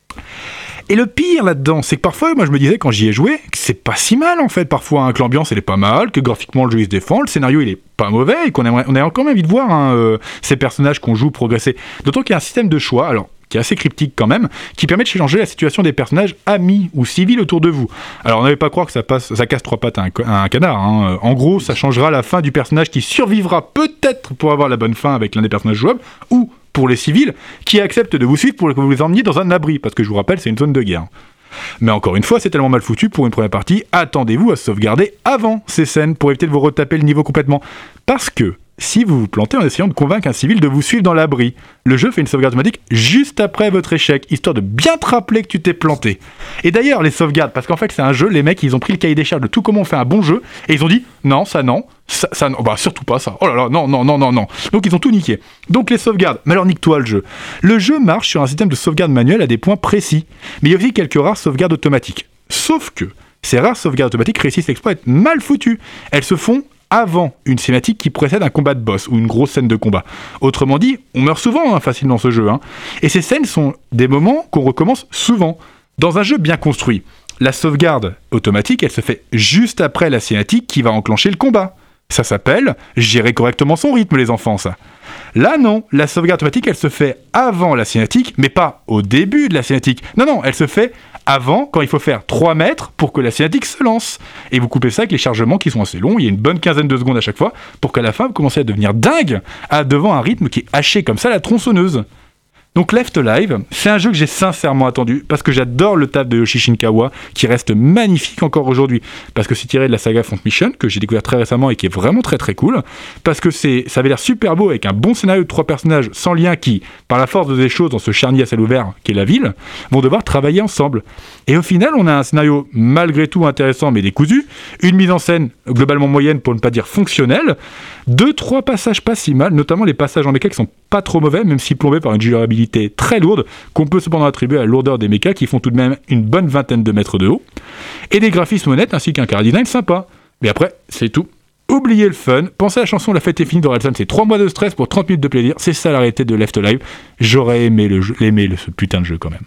Et le pire là-dedans, c'est que parfois, moi je me disais quand j'y ai joué, que c'est pas si mal en fait, parfois, hein, que l'ambiance elle est pas mal, que graphiquement le jeu il se défend, le scénario il est pas mauvais, et qu'on aimerait, on a quand même envie de voir hein, euh, ces personnages qu'on joue progresser. D'autant qu'il y a un système de choix, alors qui est assez cryptique quand même, qui permet de changer la situation des personnages amis ou civils autour de vous. Alors n'allez pas croire que ça, passe, ça casse trois pattes à un, à un canard. Hein. En gros, ça changera la fin du personnage qui survivra peut-être pour avoir la bonne fin avec l'un des personnages jouables, ou pour les civils qui acceptent de vous suivre pour que vous les emmeniez dans un abri, parce que je vous rappelle, c'est une zone de guerre. Mais encore une fois, c'est tellement mal foutu pour une première partie, attendez-vous à sauvegarder avant ces scènes pour éviter de vous retaper le niveau complètement. Parce que si vous vous plantez en essayant de convaincre un civil de vous suivre dans l'abri, le jeu fait une sauvegarde automatique juste après votre échec, histoire de bien te rappeler que tu t'es planté. Et d'ailleurs, les sauvegardes, parce qu'en fait c'est un jeu, les mecs ils ont pris le cahier des charges de tout comment on fait un bon jeu, et ils ont dit non, ça non, ça, ça non, bah surtout pas ça, oh là là, non, non, non, non, non. Donc ils ont tout niqué. Donc les sauvegardes, mais alors nique-toi le jeu. Le jeu marche sur un système de sauvegarde manuelle à des points précis, mais il y a aussi quelques rares sauvegardes automatiques. Sauf que ces rares sauvegardes automatiques réussissent l'exploit à être mal foutues. Elles se font avant une cinématique qui précède un combat de boss ou une grosse scène de combat. Autrement dit, on meurt souvent hein, facilement dans ce jeu. Hein. Et ces scènes sont des moments qu'on recommence souvent. Dans un jeu bien construit, la sauvegarde automatique, elle se fait juste après la cinématique qui va enclencher le combat. Ça s'appelle gérer correctement son rythme, les enfants, ça. Là, non, la sauvegarde automatique, elle se fait avant la cinématique, mais pas au début de la cinématique. Non, non, elle se fait avant, quand il faut faire trois mètres pour que la cinématique se lance. Et vous coupez ça avec les chargements qui sont assez longs, il y a une bonne quinzaine de secondes à chaque fois, pour qu'à la fin, vous commencez à devenir dingue à, devant un rythme qui est haché comme ça, la tronçonneuse. Donc Left Alive, c'est un jeu que j'ai sincèrement attendu, parce que j'adore le taf de Yoshi Shinkawa, qui reste magnifique encore aujourd'hui, parce que c'est tiré de la saga Front Mission, que j'ai découvert très récemment et qui est vraiment très très cool, parce que c'est, ça avait l'air super beau, avec un bon scénario de trois personnages sans lien qui, par la force des choses dans ce charnier à ciel ouvert qu'est la ville, vont devoir travailler ensemble. Et au final, on a un scénario malgré tout intéressant mais décousu, une mise en scène globalement moyenne pour ne pas dire fonctionnelle, deux, trois passages pas si mal, notamment les passages en méca qui sont pas trop mauvais, même si plombés par une durabilité très lourde, qu'on peut cependant attribuer à la lourdeur des mechas qui font tout de même une bonne vingtaine de mètres de haut, et des graphismes honnêtes ainsi qu'un chara design sympa. Mais après, c'est tout. Oubliez le fun, pensez à la chanson La fête est finie d'Orelsan, c'est trois mois de stress pour trente minutes de plaisir, c'est ça la réalité de Left Alive. J'aurais aimé, le jeu, aimé le, ce putain de jeu quand même.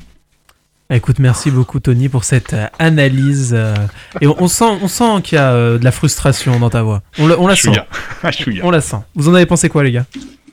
Écoute, merci beaucoup Tony pour cette euh, analyse. Euh, et on, on sent, on sent qu'il y a euh, de la frustration dans ta voix. On, on la sent. On la sent. Vous en avez pensé quoi, les gars ?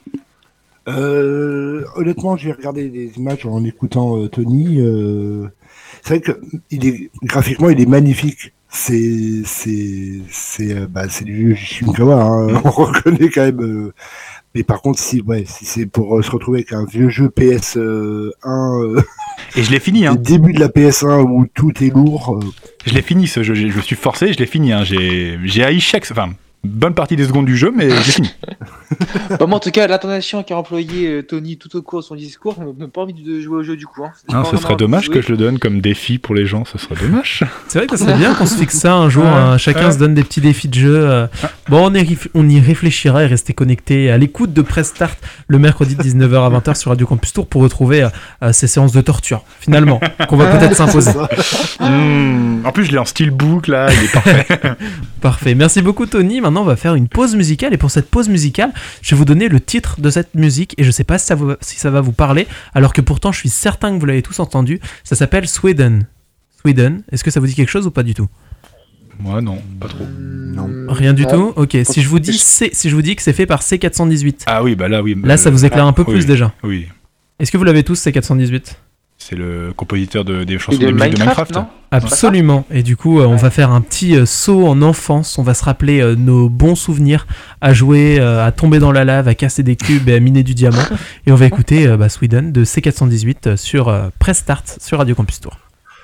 Euh, honnêtement, j'ai regardé des images en écoutant euh, Tony. Euh, c'est vrai que il est, graphiquement, il est magnifique. C'est, c'est, c'est, euh, bah, c'est du Shinkawa. Hein, on reconnaît quand même. Euh, mais par contre, si, ouais, si c'est pour euh, se retrouver avec un vieux jeu P S un. Euh, Et je l'ai fini, hein. Le début de la P S un où tout est lourd. Euh... Je l'ai fini ce jeu. Je me suis forcé, je l'ai fini. Hein. J'ai, j'ai haï chaque, enfin. Bonne partie des secondes du jeu, mais j'ai fini. Bon, moi, en tout cas, l'intonation qu'a employé euh, Tony tout au cours de son discours me donne pas envie de jouer au jeu du coup. Hein. Non, ce serait dommage que je le donne comme défi pour les gens, ce serait dommage. C'est vrai que ça serait bien qu'on se fixe ça un jour, ouais, hein, chacun ouais. se donne des petits défis de jeu. Euh. Bon, on, est, on y réfléchira et restez connectés à l'écoute de Press Start le mercredi de dix-neuf heures à vingt heures sur Radio Campus Tour pour retrouver euh, ces séances de torture, finalement, qu'on va peut-être s'imposer. Mmh, en plus, je l'ai en steelbook là, il est parfait. Parfait, merci beaucoup Tony. Maintenant, on va faire une pause musicale et pour cette pause musicale, je vais vous donner le titre de cette musique et je sais pas si ça, vous, si ça va vous parler, alors que pourtant je suis certain que vous l'avez tous entendu. Ça s'appelle Sweden. Sweden. Est-ce que ça vous dit quelque chose ou pas du tout ? Moi, non, pas trop. Non. Rien du Ouais. tout ? Ok, si je vous dis C, si je vous dis que c'est fait par C quatre cent dix-huit, Ah oui, bah là, oui. là ça vous éclaire un peu oui, plus déjà. Oui, Est-ce que vous l'avez tous C quatre cent dix-huit ? c'est le compositeur de, des chansons de de musique de Minecraft, Minecraft. non ? Absolument. Et du coup, euh, on va faire un petit euh, saut en enfance. On va se rappeler euh, nos bons souvenirs à jouer, euh, à tomber dans la lave, à casser des cubes et à miner du diamant. Et on va écouter euh, bah, Sweden de C quatre cent dix-huit euh, sur euh, Press Start sur Radio Campus Tour.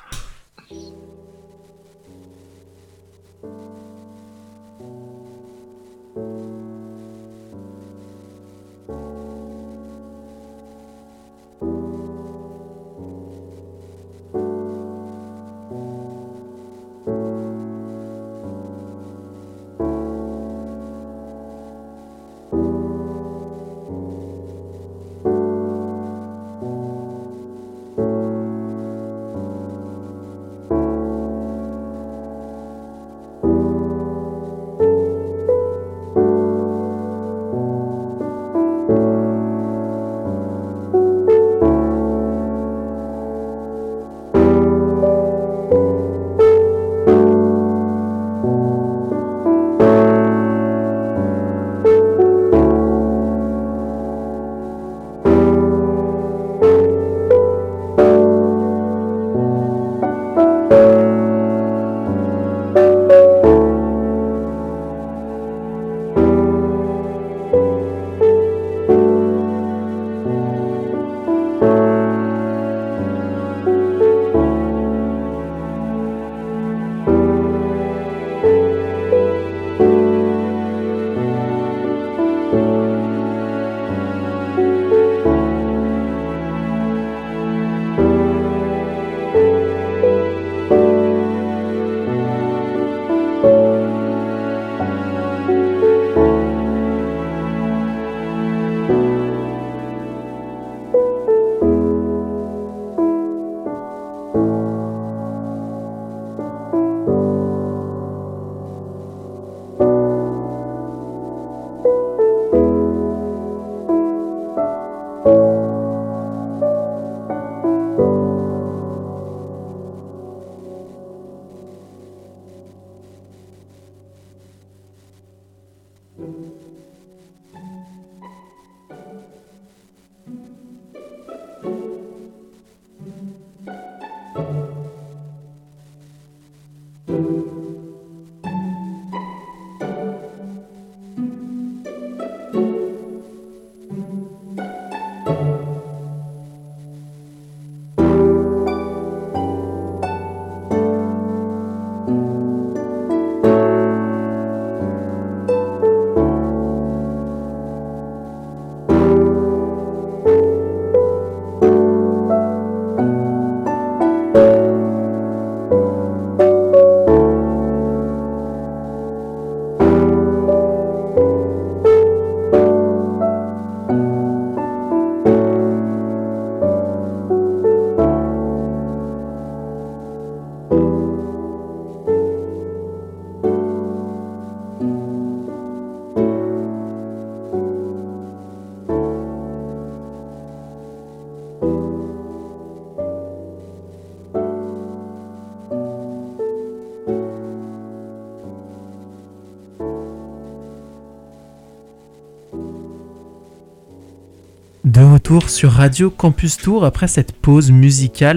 De retour sur Radio Campus Tour après cette pause musicale.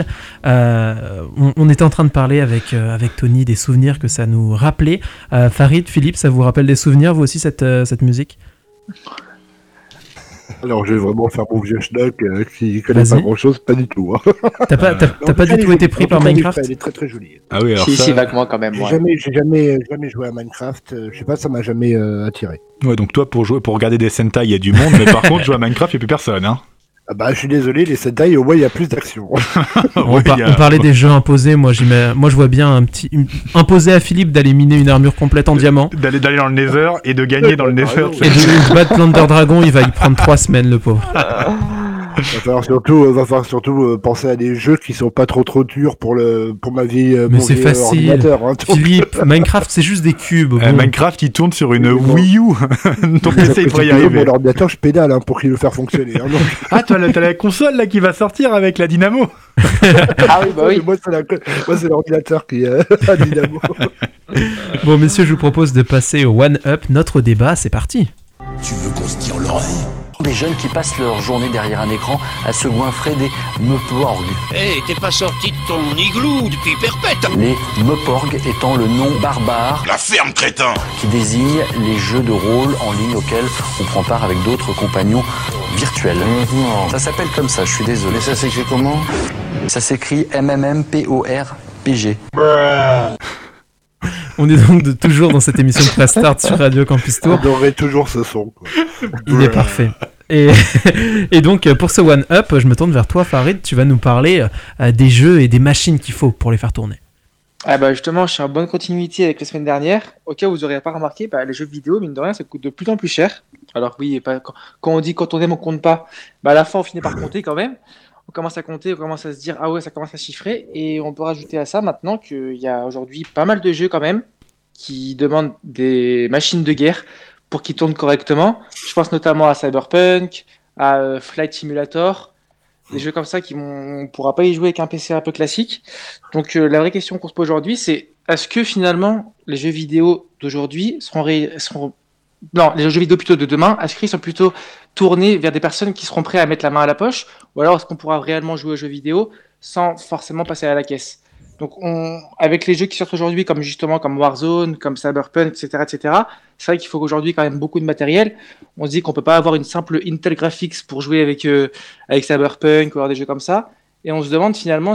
Euh, on, on était en train de parler avec, euh, avec Tony des souvenirs que ça nous rappelait. Euh, Farid, Philippe, ça vous rappelle des souvenirs, vous aussi, cette, euh, cette musique ? Alors, je vais vraiment faire mon vieux schnock euh, qui connaît Vas-y. pas grand-chose, pas du tout. Hein. T'as pas, t'as, t'as pas du tout été pris par Minecraft ? Elle est très très jolie. Ah oui, alors Si, ça... si, vaguement quand même. J'ai Ouais. jamais, j'ai jamais, jamais joué à Minecraft. euh, Je sais pas, ça m'a jamais euh, attiré. Ouais, donc toi, pour jouer, pour regarder des Sentai, il y a du monde, mais par contre, jouer à Minecraft, il n'y a plus personne, hein. Ah bah, je suis désolé, les Sentai, au moins, il y a plus d'action. on, Ouais, par- il y a- on parlait des jeux imposés. Moi, j'y mets- moi je vois bien un petit, une- imposer à Philippe d'aller miner une armure complète en diamant D'aller, d'aller dans le Nether et de gagner dans le Nether. et de, de battre l'Under Dragon. Il va y prendre trois semaines, le pauvre. Va falloir surtout, euh, va falloir surtout euh, penser à des jeux qui sont pas trop trop durs pour le, pour ma vie, euh, Mais mon c'est vieil facile. ordinateur. Hein, donc- Philippe, Minecraft, c'est juste des cubes. Euh, bon. Minecraft, il tourne sur une Oui, bon. Wii U. Ton P C, il pourrait y arriver. Mon ordinateur, je pédale hein, pour qu'il le faire fonctionner. Hein, donc- Ah, toi, là, t'as la console là qui va sortir avec la dynamo. Ah oui, bah oui. Moi, c'est la- moi, c'est l'ordinateur qui euh, a dynamo. Bon, messieurs, je vous propose de passer au One Up, notre débat, c'est parti. Tu veux qu'on se tire l'oreille? Des jeunes qui passent leur journée derrière un écran à se goinfrer des meuporgs. Hé, t'es pas sorti de ton igloo depuis perpète. Les meuporgs étant le nom barbare La ferme, crétin. qui désigne les jeux de rôle en ligne auxquels on prend part avec d'autres compagnons virtuels. Mmh. Ça s'appelle comme ça, je suis désolé. Mais ça s'écrit comment? Ça s'écrit M M M P O R P G. On est donc de- toujours dans cette émission de Press Start sur Radio Campus Tour. J'adorerais toujours ce son. Quoi. Il est parfait. Et, et donc, pour ce One Up, je me tourne vers toi, Farid. Tu vas nous parler euh, des jeux et des machines qu'il faut pour les faire tourner. Ah bah justement, je suis en bonne continuité avec la semaine dernière. Au cas où vous n'aurez pas remarqué, bah, les jeux vidéo, mine de rien, ça coûte de plus en plus cher. Alors oui, et pas, quand, quand on dit quand on aime, on compte pas, bah à la fin, on finit par compter quand même. On commence à compter, on commence à se dire, ah ouais, ça commence à chiffrer. Et on peut rajouter à ça maintenant qu'il y a aujourd'hui pas mal de jeux quand même qui demandent des machines de guerre pour qu'ils tournent correctement. Je pense notamment à Cyberpunk, à euh, Flight Simulator, des jeux comme ça qui vont, on pourra pas y jouer avec un P C un peu classique. Donc euh, la vraie question qu'on se pose aujourd'hui, c'est est-ce que finalement les jeux vidéo d'aujourd'hui seront, ré... seront... non, les jeux vidéo plutôt de demain, est-ce qu'ils sont plutôt tournés vers des personnes qui seront prêtes à mettre la main à la poche, ou alors est-ce qu'on pourra réellement jouer aux jeux vidéo sans forcément passer à la caisse? Donc, on, avec les jeux qui sortent aujourd'hui, comme justement comme Warzone, comme Cyberpunk, et cetera, et cetera, c'est vrai qu'il faut qu'aujourd'hui quand même beaucoup de matériel. On se dit qu'on peut pas avoir une simple Intel Graphics pour jouer avec euh, avec Cyberpunk ou avoir des jeux comme ça. Et on se demande finalement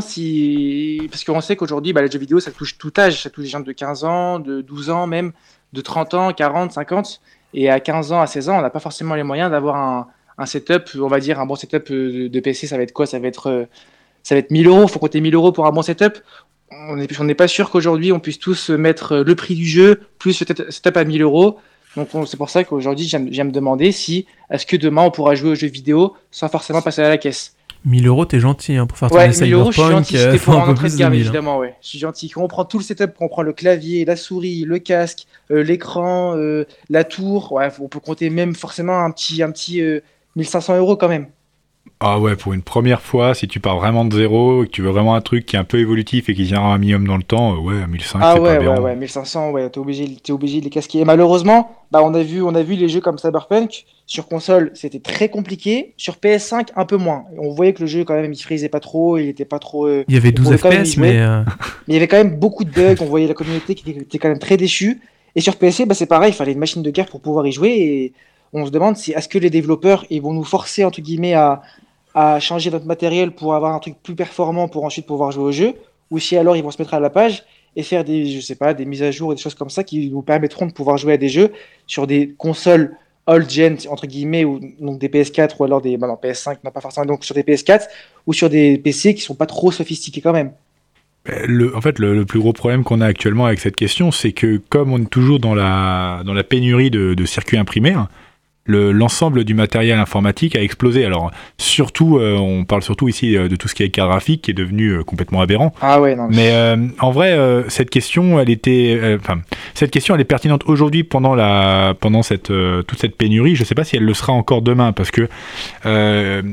si, parce qu'on sait qu'aujourd'hui, bah, les jeux vidéo, ça touche tout âge, ça touche des gens de quinze ans, de douze ans même, de trente ans, quarante, cinquante. Et à quinze ans, à seize ans, on n'a pas forcément les moyens d'avoir un, un setup, on va dire un bon setup de, de P C, ça va être quoi? Ça va être euh, ça va être mille euros. Faut compter mille euros pour un bon setup. On n'est on n'est pas sûr qu'aujourd'hui on puisse tous mettre le prix du jeu plus ce setup à mille euros. Donc on, c'est pour ça qu'aujourd'hui j'aime, j'aime me demander si est-ce que demain on pourra jouer aux jeux vidéo sans forcément passer à la caisse. mille euros, t'es gentil hein, pour faire tourner Ouais, mille euros, je suis Cyberpunk. gentil. C'était faut pour un un peu entrée plus de de gamme, mille. évidemment, ouais. Je suis gentil. Quand on prend tout le setup, quand on prend le clavier, la souris, le casque, euh, l'écran, euh, la tour, ouais, on peut compter même forcément un petit, un petit euh, mille cinq cents euros quand même. Ah ouais, pour une première fois, si tu pars vraiment de zéro et que tu veux vraiment un truc qui est un peu évolutif et qui tiendra un minimum dans le temps, euh, ouais, mille cinq cents, Ah c'est ouais, pas ouais, aberrant. ouais, mille cinq cents, ouais, t'es obligé, t'es obligé de les casquer. Et malheureusement, bah, on a vu, on a vu les jeux comme Cyberpunk, sur console, c'était très compliqué, sur P S cinq, un peu moins. On voyait que le jeu, quand même, il frisait pas trop, il était pas trop... euh, Il y avait on douze pouvait quand même y F P S, jouer. mais. euh, Mais il y avait quand même beaucoup de bugs, on voyait la communauté qui était, qui était quand même très déchue. Et sur P C, bah, c'est pareil, il fallait une machine de guerre pour pouvoir y jouer. Et on se demande si est-ce que les développeurs ils vont nous forcer, entre guillemets, à, à changer notre matériel pour avoir un truc plus performant pour ensuite pouvoir jouer au jeu, ou si alors ils vont se mettre à la page et faire des, je sais pas, des mises à jour et des choses comme ça qui nous permettront de pouvoir jouer à des jeux sur des consoles old gen, entre guillemets, ou donc des P S quatre ou alors des bah non, P S cinq, non pas forcément, donc sur des P S quatre ou sur des P C qui sont pas trop sophistiqués quand même. Le, en fait, le, le plus gros problème qu'on a actuellement avec cette question, c'est que comme on est toujours dans la, dans la pénurie de, de circuits imprimés, le, l'ensemble du matériel informatique a explosé. Alors, surtout, euh, on parle surtout ici euh, de tout ce qui est carte graphique, qui est devenu euh, complètement aberrant. Ah ouais, non. Mais euh, en vrai, euh, cette question, elle était, euh, enfin, cette question, elle est pertinente aujourd'hui pendant la, pendant cette, euh, toute cette pénurie. Je sais pas si elle le sera encore demain, parce que euh,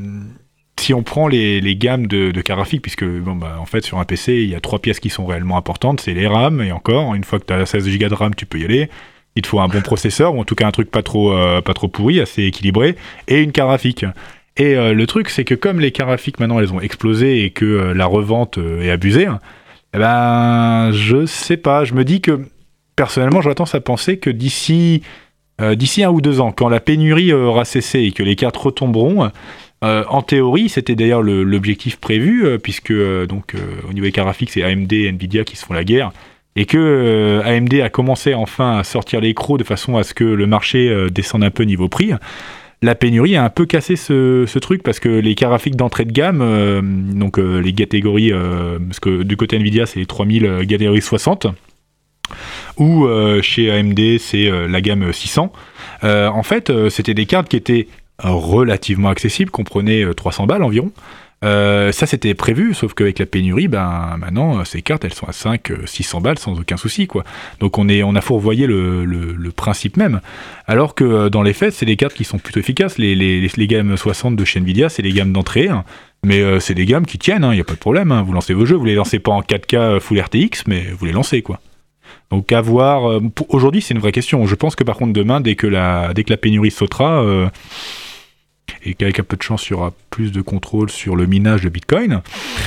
si on prend les, les gammes de, de carte graphique, puisque bon, bah, en fait sur un P C il y a trois pièces qui sont réellement importantes, c'est les RAM, et encore, une fois que tu as seize giga de RAM, tu peux y aller. Il te faut un bon processeur, ou en tout cas un truc pas trop, euh, pas trop pourri, assez équilibré, et une carte graphique. Et euh, le truc, c'est que comme les cartes graphiques maintenant elles ont explosé et que euh, la revente euh, est abusée, eh ben je sais pas, je me dis que personnellement j'aurais tendance à penser que d'ici, euh, d'ici un ou deux ans, quand la pénurie aura cessé et que les cartes retomberont, Euh, en théorie, c'était d'ailleurs le, l'objectif prévu, euh, puisque euh, donc, euh, au niveau des cartes graphiques, c'est A M D et Nvidia qui se font la guerre, et que euh, A M D a commencé enfin à sortir les crocs de façon à ce que le marché euh, descende un peu niveau prix. La pénurie a un peu cassé ce, ce truc, parce que les cartes graphiques d'entrée de gamme, euh, donc euh, les catégories, euh, parce que du côté Nvidia, c'est les trois mille euh, catégorie soixante, ou euh, chez A M D, c'est euh, la gamme six cents. Euh, en fait, euh, c'était des cartes qui étaient relativement accessible, comprenait euh, trois cents balles environ. Euh, ça c'était prévu, sauf qu'avec la pénurie, ben maintenant ces cartes elles sont à cinq six cents balles sans aucun souci quoi. Donc on est on a fourvoyé le, le, le principe même. Alors que euh, dans les faits, c'est des cartes qui sont plutôt efficaces. Les, les, les, les gammes soixante de chez Nvidia, c'est les gammes d'entrée, hein. Mais euh, c'est des gammes qui tiennent, il hein, n'y a pas de problème. Hein. Vous lancez vos jeux, vous les lancez pas en quatre K Full R T X, mais vous les lancez quoi. Donc à voir. Euh, pour, aujourd'hui, c'est une vraie question. Je pense que par contre demain, dès que la dès que la pénurie sautera. Euh, et qu'avec un peu de chance, il y aura plus de contrôle sur le minage de Bitcoin,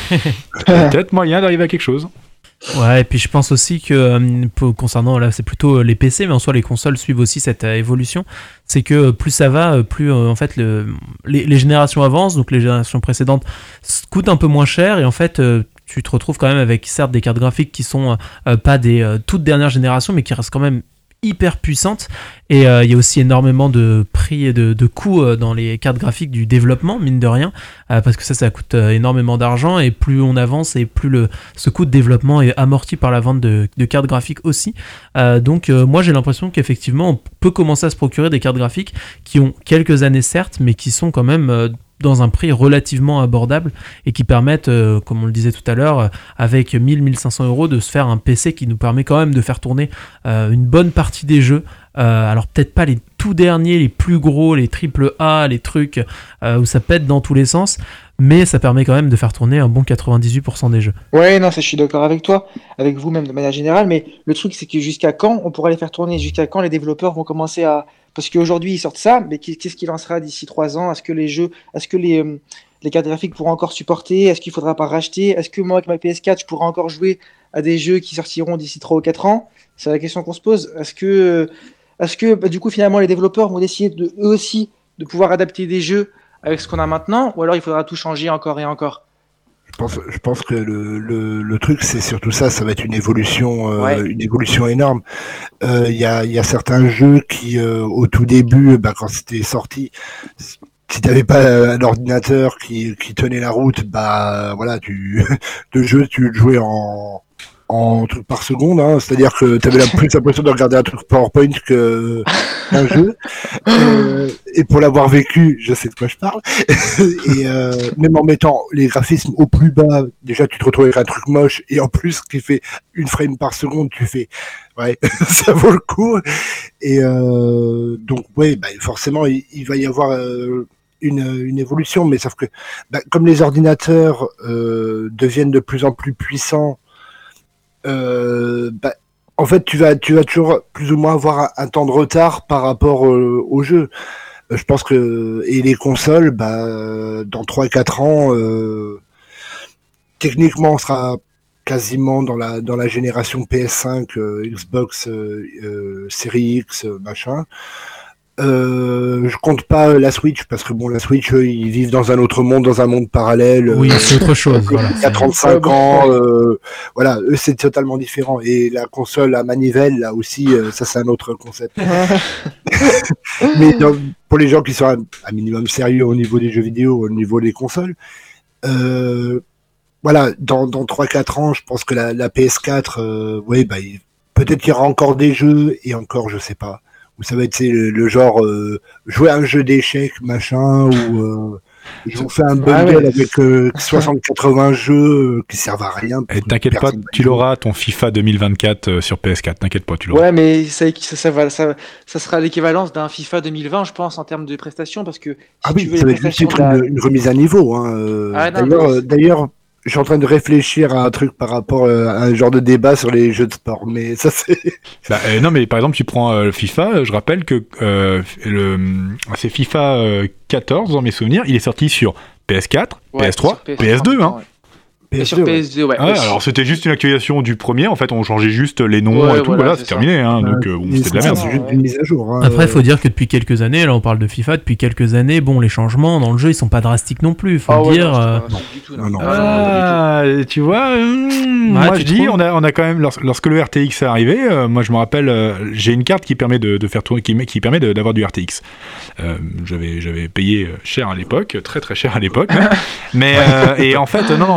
peut-être moyen d'arriver à quelque chose. Ouais, et puis je pense aussi que euh, concernant, là c'est plutôt les P C, mais en soi les consoles suivent aussi cette euh, évolution. C'est que plus ça va, plus euh, en fait le, les, les générations avancent, donc les générations précédentes coûtent un peu moins cher, et en fait euh, tu te retrouves quand même avec certes des cartes graphiques qui sont euh, pas des euh, toutes dernières générations, mais qui restent quand même hyper puissante, et il euh, y a aussi énormément de prix et de, de coûts euh, dans les cartes graphiques du développement, mine de rien, euh, parce que ça ça coûte euh, énormément d'argent, et plus on avance et plus le, ce coût de développement est amorti par la vente de, de cartes graphiques aussi. Euh, donc euh, moi j'ai l'impression qu'effectivement on peut commencer à se procurer des cartes graphiques qui ont quelques années certes, mais qui sont quand même euh, dans un prix relativement abordable et qui permettent, euh, comme on le disait tout à l'heure, euh, avec mille à mille cinq cents euros de se faire un P C qui nous permet quand même de faire tourner euh, une bonne partie des jeux. Euh, alors peut-être pas les tout derniers, les plus gros, les triple A, les trucs euh, où ça pète dans tous les sens, mais ça permet quand même de faire tourner un bon quatre-vingt-dix-huit pour cent des jeux. Ouais, non, ça je suis d'accord avec toi, avec vous même de manière générale, mais le truc c'est que jusqu'à quand on pourra les faire tourner, jusqu'à quand les développeurs vont commencer à... Parce qu'aujourd'hui ils sortent ça, mais qu'est-ce qu'il en sera d'ici trois ans? Est-ce que les jeux, est-ce que les, euh, les cartes graphiques pourront encore supporter? Est-ce qu'il faudra pas racheter? Est-ce que moi avec ma P S quatre je pourrai encore jouer à des jeux qui sortiront d'ici trois ou quatre ans? C'est la question qu'on se pose. Est-ce que, est-ce que bah, du coup finalement les développeurs vont essayer de, eux aussi de pouvoir adapter des jeux avec ce qu'on a maintenant, ou alors il faudra tout changer encore et encore? Je pense, je pense que le, le, le truc, c'est surtout ça, ça va être une évolution, euh, ouais. une évolution énorme. Il euh, y, a, y a certains jeux qui, euh, au tout début, bah, quand c'était sorti, si t'avais pas un ordinateur qui, qui tenait la route, bah voilà, tu, le jeu, tu le jouais en en truc par seconde, hein, c'est-à-dire que tu avais la plus l'impression de regarder un truc PowerPoint que un jeu. Euh, et pour l'avoir vécu, je sais de quoi je parle. Et euh, même en mettant les graphismes au plus bas, déjà tu te retrouves avec un truc moche, et en plus qui fait une frame par seconde, tu fais ouais, ça vaut le coup. Et euh, donc ouais, bah, forcément il, il va y avoir euh, une, une évolution, mais sauf que bah, comme les ordinateurs euh, deviennent de plus en plus puissants. Euh, bah, en fait, tu vas, tu vas toujours plus ou moins avoir un, un temps de retard par rapport euh, au jeu. Euh, je pense que et les consoles, bah, dans trois à quatre ans, euh, techniquement, on sera quasiment dans la dans la génération P S cinq, euh, Xbox, euh, euh, Series X, euh, machin. Euh, je compte pas la Switch parce que bon, la Switch, eux, ils vivent dans un autre monde, dans un monde parallèle. Oui, euh, c'est autre chose. Voilà, il y a trente-cinq ans, euh, voilà, eux c'est totalement différent. Et la console à manivelle, là aussi, euh, ça c'est un autre concept. Mais donc, pour les gens qui sont un, un minimum sérieux au niveau des jeux vidéo, au niveau des consoles, euh, voilà, dans dans trois à quatre ans, je pense que la, la P S quatre, euh, ouais, bah, il, peut-être qu'il y aura encore des jeux et encore, je sais pas. Où ça va être le, le genre euh, jouer à un jeu d'échecs machin, ou euh, ils ont fait un bundle ah ouais. avec euh, soixante quatre-vingts jeux euh, qui servent à rien. Et t'inquiète pas, tu l'auras ton FIFA deux mille vingt-quatre euh, sur P S quatre, t'inquiète pas, tu l'auras. Ouais, mais ça, ça, ça, va, ça, ça sera l'équivalence d'un FIFA deux mille vingt, je pense, en termes de prestations, parce que si ah oui, tu veux ça les va être juste la... une, une remise à niveau. Hein. Euh, ah, non, d'ailleurs, mais... euh, d'ailleurs, je suis en train de réfléchir à un truc par rapport à un genre de débat sur les jeux de sport, mais ça c'est... Bah, euh, non, mais par exemple, tu prends euh, FIFA, je rappelle que euh, le, c'est FIFA euh, quatorze, dans mes souvenirs, il est sorti sur P S quatre, ouais, P S trois, P S, P S deux, hein. Ouais. P S deux, sur P S deux, ouais. Ah, ouais, alors c'était juste une actualisation du premier, en fait, on changeait juste les noms ouais, et tout, voilà, voilà c'est, c'est terminé, hein, ouais, donc euh, bon, c'était de la merde. C'est juste une mise à jour. Hein, Après, il faut dire que depuis quelques années, là on parle de FIFA, depuis quelques années, bon, les changements dans le jeu, ils sont pas drastiques non plus, faut oh, le ouais, dire. Non, euh... non, du tout, non. non, non, ah, non, tu vois, hum, ouais, moi je dis, on a, on a quand même, lorsque le R T X est arrivé, euh, moi je me rappelle, euh, j'ai une carte qui permet de, de faire tourner, qui, qui permet de, d'avoir du R T X. Euh, j'avais, j'avais payé cher à l'époque, très très cher à l'époque, mais euh, et en fait, non, non, clairement,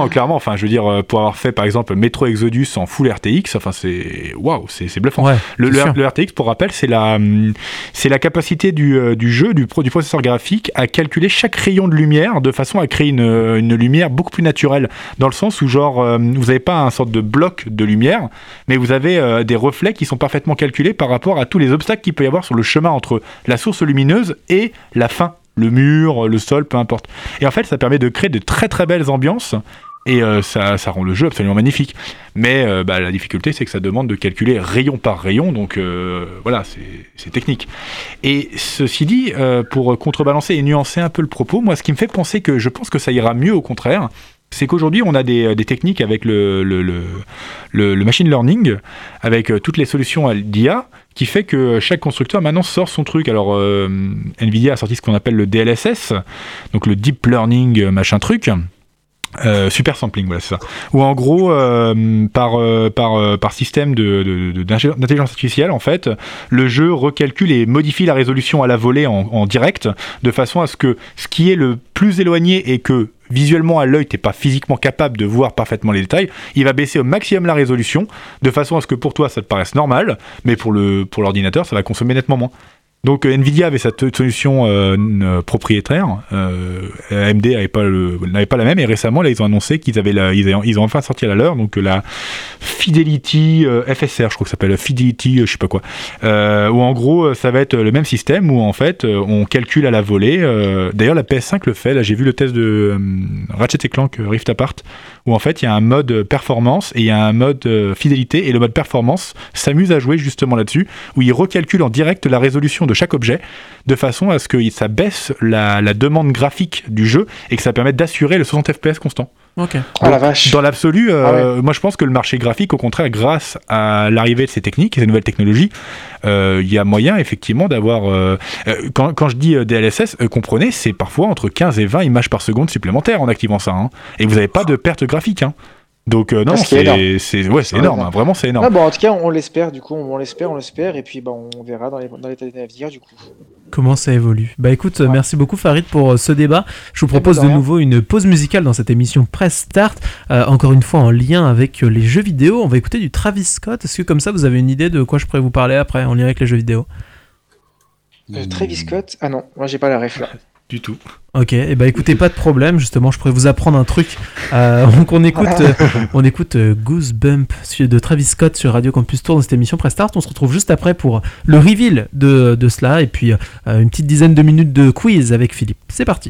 Enfin, je veux dire, pour avoir fait par exemple Metro Exodus en full R T X, enfin c'est waouh, c'est, c'est bluffant. Ouais, le, c'est le, le R T X, pour rappel, c'est la c'est la capacité du, du jeu, du, du processeur graphique à calculer chaque rayon de lumière de façon à créer une, une lumière beaucoup plus naturelle, dans le sens où genre euh, vous n'avez pas un sorte de bloc de lumière, mais vous avez euh, des reflets qui sont parfaitement calculés par rapport à tous les obstacles qu'il peut y avoir sur le chemin entre la source lumineuse et la fin, le mur, le sol, peu importe. Et en fait, ça permet de créer de très très belles ambiances. Et euh, ça, ça rend le jeu absolument magnifique. Mais euh, bah, la difficulté, c'est que ça demande de calculer rayon par rayon. Donc euh, voilà, c'est, c'est technique. Et ceci dit, euh, pour contrebalancer et nuancer un peu le propos, moi, ce qui me fait penser que je pense que ça ira mieux au contraire, c'est qu'aujourd'hui, on a des, des techniques avec le, le, le, le, le machine learning, avec euh, toutes les solutions d'I A, qui fait que chaque constructeur maintenant sort son truc. Alors, euh, Nvidia a sorti ce qu'on appelle le D L S S, donc le Deep Learning machin truc. Euh, super sampling, voilà, c'est ça. Ou en gros, euh, par, euh, par, euh, par système de, de, de, d'intelligence artificielle, en fait, le jeu recalcule et modifie la résolution à la volée en, en direct, de façon à ce que ce qui est le plus éloigné et que visuellement à l'œil t'es pas physiquement capable de voir parfaitement les détails, il va baisser au maximum la résolution, de façon à ce que pour toi ça te paraisse normal, mais pour, le, pour l'ordinateur ça va consommer nettement moins. Donc Nvidia avait cette solution euh, propriétaire, euh, A M D n'avait pas, le, n'avait pas la même, et récemment là, ils ont annoncé qu'ils avaient la, ils, avaient, ils ont enfin sorti la leur, donc la Fidelity euh, F S R, je crois que ça s'appelle Fidelity, euh, je sais pas quoi, euh, où en gros ça va être le même système où en fait on calcule à la volée. Euh, d'ailleurs la P S cinq le fait, là j'ai vu le test de euh, Ratchet and Clank Rift Apart, où en fait il y a un mode performance et il y a un mode euh, fidélité, et le mode performance s'amuse à jouer justement là-dessus, où il recalcule en direct la résolution de chaque objet, de façon à ce que ça baisse la, la demande graphique du jeu et que ça permette d'assurer le soixante F P S constant. Ok. Oh la vache. Dans l'absolu, euh, ah ouais. moi je pense que le marché graphique, au contraire, grâce à l'arrivée de ces techniques et ces nouvelles technologies, il euh, y a moyen effectivement d'avoir... Euh, euh, quand, quand je dis D L S S, euh, comprenez, c'est parfois entre quinze et vingt images par seconde supplémentaires en activant ça. Hein, et vous n'avez pas de perte graphique. Hein. Donc euh, non, c'est, c'est, ouais, c'est énorme, hein, vraiment c'est énorme. Ah, bon, en tout cas, on l'espère, du coup, on l'espère, on l'espère, et puis bah, on verra dans les, dans les années à venir, du coup. Comment ça évolue. Bah écoute, ouais. Merci beaucoup Farid pour ce débat. Je vous propose de, de nouveau une pause musicale dans cette émission Press Start, euh, encore une fois en lien avec les jeux vidéo. On va écouter du Travis Scott. Est-ce que comme ça vous avez une idée de quoi je pourrais vous parler après en lien avec les jeux vidéo? euh, Travis Scott? Ah non, moi j'ai pas la ref là. Du tout. Ok, et eh bah écoutez, pas de problème, justement, je pourrais vous apprendre un truc. Euh, donc on écoute, euh, on écoute euh, Goosebump de Travis Scott sur Radio Campus Tour dans cette émission Press Start. On se retrouve juste après pour le reveal de, de cela, et puis euh, une petite dizaine de minutes de quiz avec Philippe. C'est parti.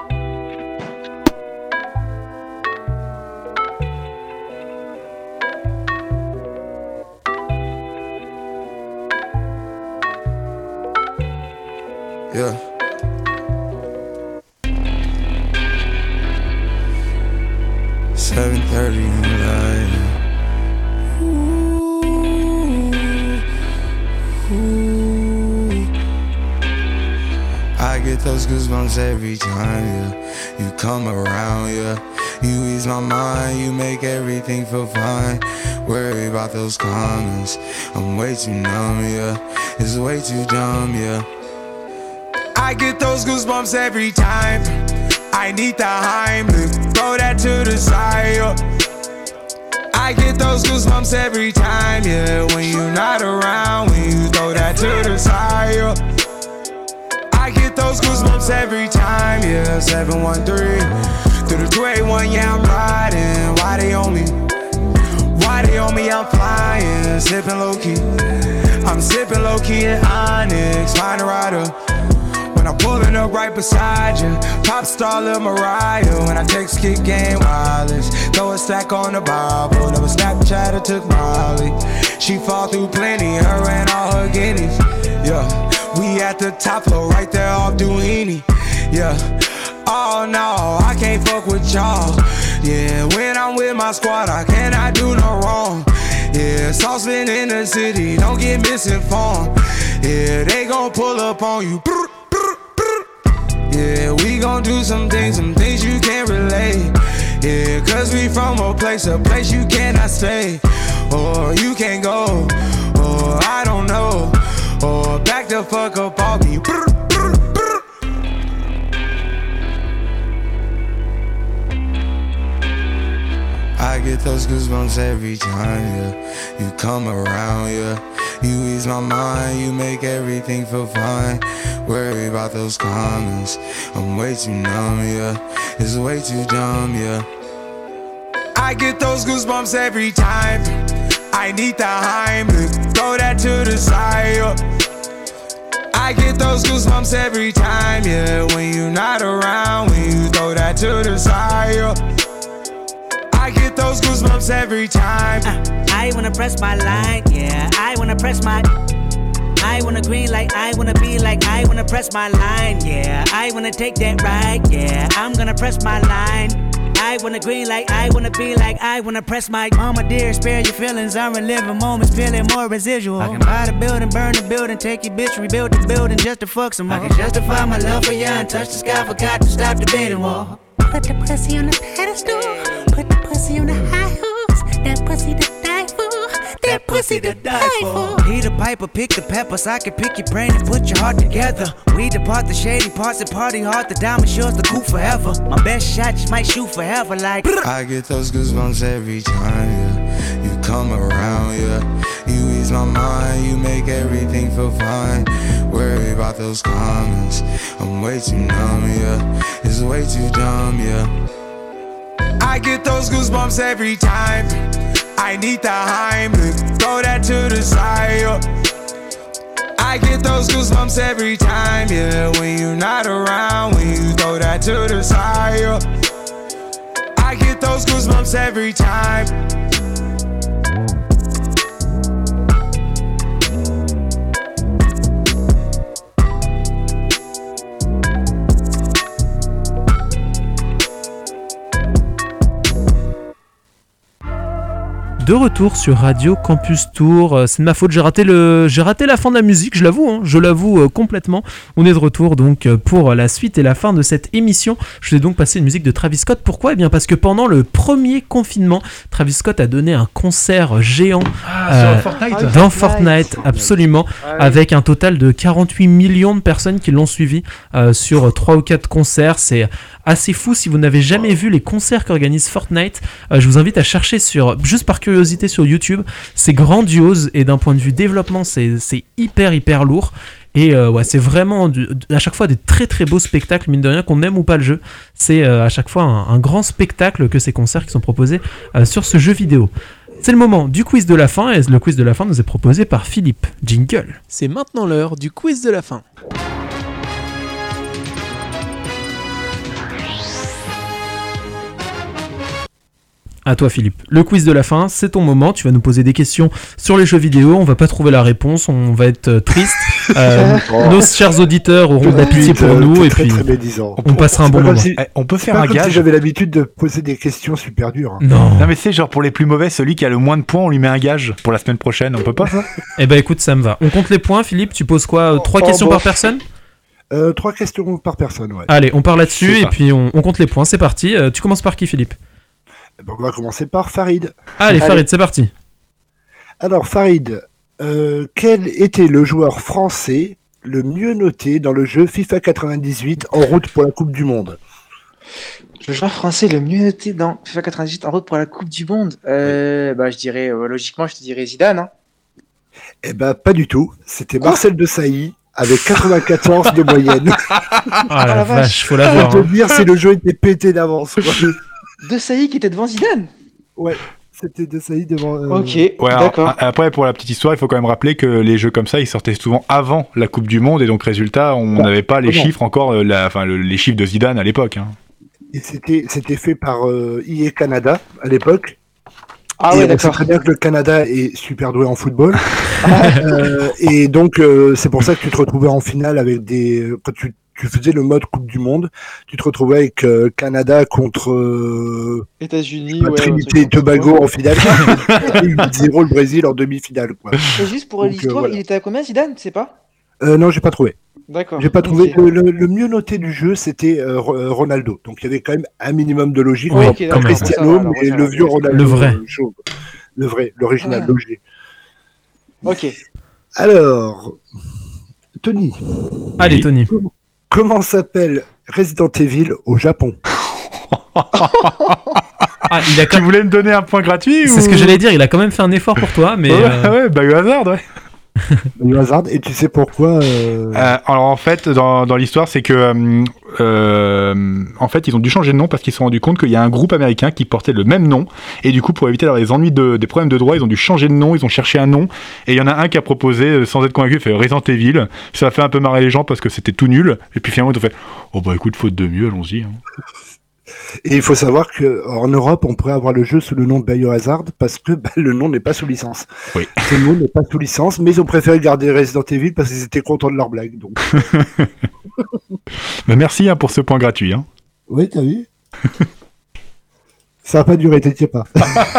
Yeah. seven thirty in the light. Ooh, ooh. I get those goosebumps every time, yeah. You come around, yeah. You ease my mind, you make everything feel fine. Worry about those comments, I'm way too numb, yeah. It's way too dumb, yeah. I get those goosebumps every time. I need the Heimlich, throw that to the side, yeah. I get those goosebumps every time, yeah. When you're not around, when you throw that to the side, yeah. I get those goosebumps every time, yeah. seven one three through the two eight one, yeah, I'm riding. Why they on me? Why they on me? I'm flying, sipping low-key. I'm sipping low-key at Onyx, find a rider. When I'm pulling up right beside you, pop star Lil Mariah. When I text kick game wireless, throw a stack on the Bible. Never Snapchat or took Molly. She fall through plenty, her and all her guineas. Yeah, we at the top floor, right there off Duini. Yeah, oh no, I can't fuck with y'all. Yeah, when I'm with my squad, I cannot do no wrong. Yeah, saucepan in the city, don't get misinformed. Yeah, they gon' pull up on you. Yeah, we gon' do some things, some things you can't relate. Yeah, cause we from a place, a place you cannot stay. Or you can't go, or I don't know. Or back the fuck up off me. get those goosebumps every time, yeah. You come around, yeah. You ease my mind, you make everything feel fine. Worry about those comments, I'm way too numb, yeah. It's way too dumb, yeah. I get those goosebumps every time. I need the Heimlich, throw that to the side, yeah. I get those goosebumps every time, yeah. When you're not around, when you throw that to the side, yeah. I get those goosebumps every time. uh, I wanna press my line, yeah. I wanna press my I wanna green like I wanna be like I wanna press my line, yeah. I wanna take that ride, yeah. I'm gonna press my line. I wanna green like I wanna be like I wanna press my mama dear, spare your feelings. I'm reliving moments, feeling more residual. I can buy the building, burn the building, take your bitch, rebuild the building just to fuck some more. I can justify my love for you and touch the sky, forgot to stop the bidding war. Put the pussy on the pedestal, put the pussy on the high horse. That pussy to die for, that pussy to die for. Peter Piper, pick the peppers, I can pick your brain and put your heart together. We depart the shady parts and party hard, the diamond shows the coup forever. My best shot just might shoot forever like I get those goosebumps every time, yeah. You come around, yeah. You ease my mind, you make everything feel fine. Worry about those comments, I'm way too numb, yeah. It's way too dumb, yeah. I get those goosebumps every time. I need the Heimlich, throw that to the side, yeah. I get those goosebumps every time, yeah. When you're not around, when you throw that to the side, yeah. I get those goosebumps every time. De retour sur Radio Campus Tour, c'est de ma faute, j'ai raté, le... j'ai raté la fin de la musique, je l'avoue, hein, je l'avoue euh, complètement. On est de retour donc pour la suite et la fin de cette émission. Je vais donc passer une musique de Travis Scott. Pourquoi ? Eh bien parce que pendant le premier confinement, Travis Scott a donné un concert géant ah, euh, sur Fortnite. dans Fortnite, absolument, ah, oui. avec un total de quarante-huit millions de personnes qui l'ont suivi euh, sur trois ou quatre concerts. C'est assez fou. Si vous n'avez jamais vu les concerts qu'organise Fortnite, euh, je vous invite à chercher sur, juste par curiosité sur YouTube. C'est grandiose et d'un point de vue développement, c'est, c'est hyper hyper lourd. Et euh, ouais, c'est vraiment du, à chaque fois des très très beaux spectacles, mine de rien, qu'on aime ou pas le jeu. C'est euh, à chaque fois un, un grand spectacle que ces concerts qui sont proposés euh, sur ce jeu vidéo. C'est le moment du quiz de la fin et le quiz de la fin nous est proposé par Philippe. Jingle. C'est maintenant l'heure du quiz de la fin. À toi Philippe, le quiz de la fin, c'est ton moment, tu vas nous poser des questions sur les jeux vidéo, on va pas trouver la réponse, on va être euh, triste, euh, oh. Nos chers auditeurs auront de la pitié pour euh, nous et puis on passera un bon moment. Si, on peut faire un gage. Si j'avais l'habitude de poser des questions super dures. Hein. Non. Non mais c'est genre pour les plus mauvais, celui qui a le moins de points, on lui met un gage pour la semaine prochaine, on peut pas ça ? Eh ben écoute, ça me va. On compte les points, Philippe, tu poses quoi ? oh, Trois oh, questions bon. par personne ? euh, Trois questions par personne, ouais. Allez, on part là-dessus et puis on, on compte les points, c'est parti. Euh, tu commences par qui Philippe ? Donc on va commencer par Farid. Allez, Farid, Allez. c'est parti. Alors, Farid, euh, quel était le joueur français le mieux noté dans le jeu FIFA quatre-vingt-dix-huit en route pour la Coupe du Monde ? Le joueur français le mieux noté dans FIFA quatre-vingt-dix-huit en route pour la Coupe du Monde euh, oui. bah, je dirais, euh, logiquement, je te dirais Zidane. Hein. Eh ben, pas du tout. C'était Quoi Marcel Desailly avec quatre-vingt-quatorze de moyenne. Ah la vache, faut l'avoir. Faut te dire si le jeu était pété d'avance. Desailly qui était devant Zidane. Ouais, c'était Desailly devant. Euh... Ok, ouais, d'accord. Alors, après, pour la petite histoire, il faut quand même rappeler que les jeux comme ça, ils sortaient souvent avant la Coupe du Monde et donc résultat, on n'avait ouais, pas les non. chiffres encore, la, enfin le, les chiffres de Zidane à l'époque. Hein. Et c'était, c'était fait par euh, E A Canada à l'époque. Ah et ouais, on d'accord. sait très bien que le Canada est super doué en football. euh, et donc, euh, c'est pour ça que tu te retrouvais en finale avec des. Quand tu, tu faisais le mode Coupe du Monde, tu te retrouvais avec euh, Canada contre. Euh, États-Unis, ouais. Trinité et Tobago en finale. Et huit zéro le Brésil en demi-finale, quoi. Et juste pour donc, l'histoire, euh, voilà. Il était à combien Zidane, tu sais pas euh, Non, j'ai pas trouvé. D'accord. J'ai pas trouvé. Okay. Le, le, le mieux noté du jeu, c'était euh, Ronaldo. Donc il y avait quand même un minimum de logique. Oui, okay, pas Cristiano, ça, mais le vieux Ronaldo. Le vrai. Chaud. Le vrai, l'original, ah. logique. Ok. Alors, Tony. Allez, Tony. Comment, comment s'appelle Resident Evil au Japon? Ah, il a Tu voulais me donner un point gratuit C'est ou... ce que j'allais dire, il a quand même fait un effort pour toi, mais... Ouais, euh, ouais, Biohazard, ouais. Biohazard, et tu sais pourquoi euh... Euh, alors en fait, dans, dans l'histoire, c'est que euh, euh, en fait, ils ont dû changer de nom parce qu'ils se sont rendus compte qu'il y a un groupe américain qui portait le même nom, et du coup, pour éviter d'avoir des ennuis de, des problèmes de droit, ils ont dû changer de nom. Ils ont cherché un nom, et il y en a un qui a proposé, euh, sans être convaincu, il fait Resident Evil. Ça a fait un peu marrer les gens parce que c'était tout nul. Et puis finalement, ils ont fait oh bah écoute, faute de mieux, allons-y. Hein. Et il faut savoir qu'en Europe, on pourrait avoir le jeu sous le nom de Biohazard parce que bah, le nom n'est pas sous licence. Oui. Ce nom n'est pas sous licence, mais ils ont préféré garder Resident Evil parce qu'ils étaient contents de leur blague. Donc. bah, merci hein, pour ce point gratuit. Hein. Oui, t'as vu. Ça n'a pas duré, t'inquiète pas.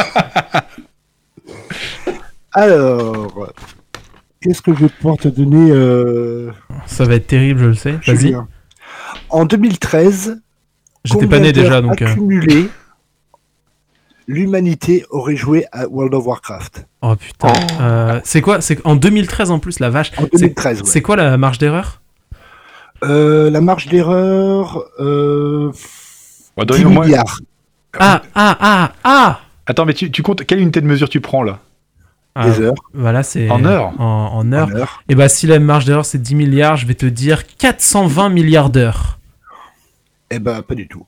Alors, qu'est-ce que je vais pouvoir te donner euh... Ça va être terrible, je le sais. Vas-y. Julien. En deux mille treize... J'étais pas né déjà, donc... accumulé, euh... l'humanité aurait joué à World of Warcraft. Oh putain. Oh. Euh, c'est quoi c'est en deux mille treize en plus, la vache. En deux mille treize, c'est, ouais. c'est quoi la marge d'erreur euh, La marge d'erreur... Euh... Bah, dix milliards. Ah, ah, ah, ah Attends, mais tu, tu comptes... Quelle unité de mesure tu prends, là ah, Des heures. Voilà, c'est... En heures En, en heures. En heure. Et bah si la marge d'erreur c'est dix milliards, je vais te dire quatre cent vingt milliards d'heures. Eh ben, pas du tout.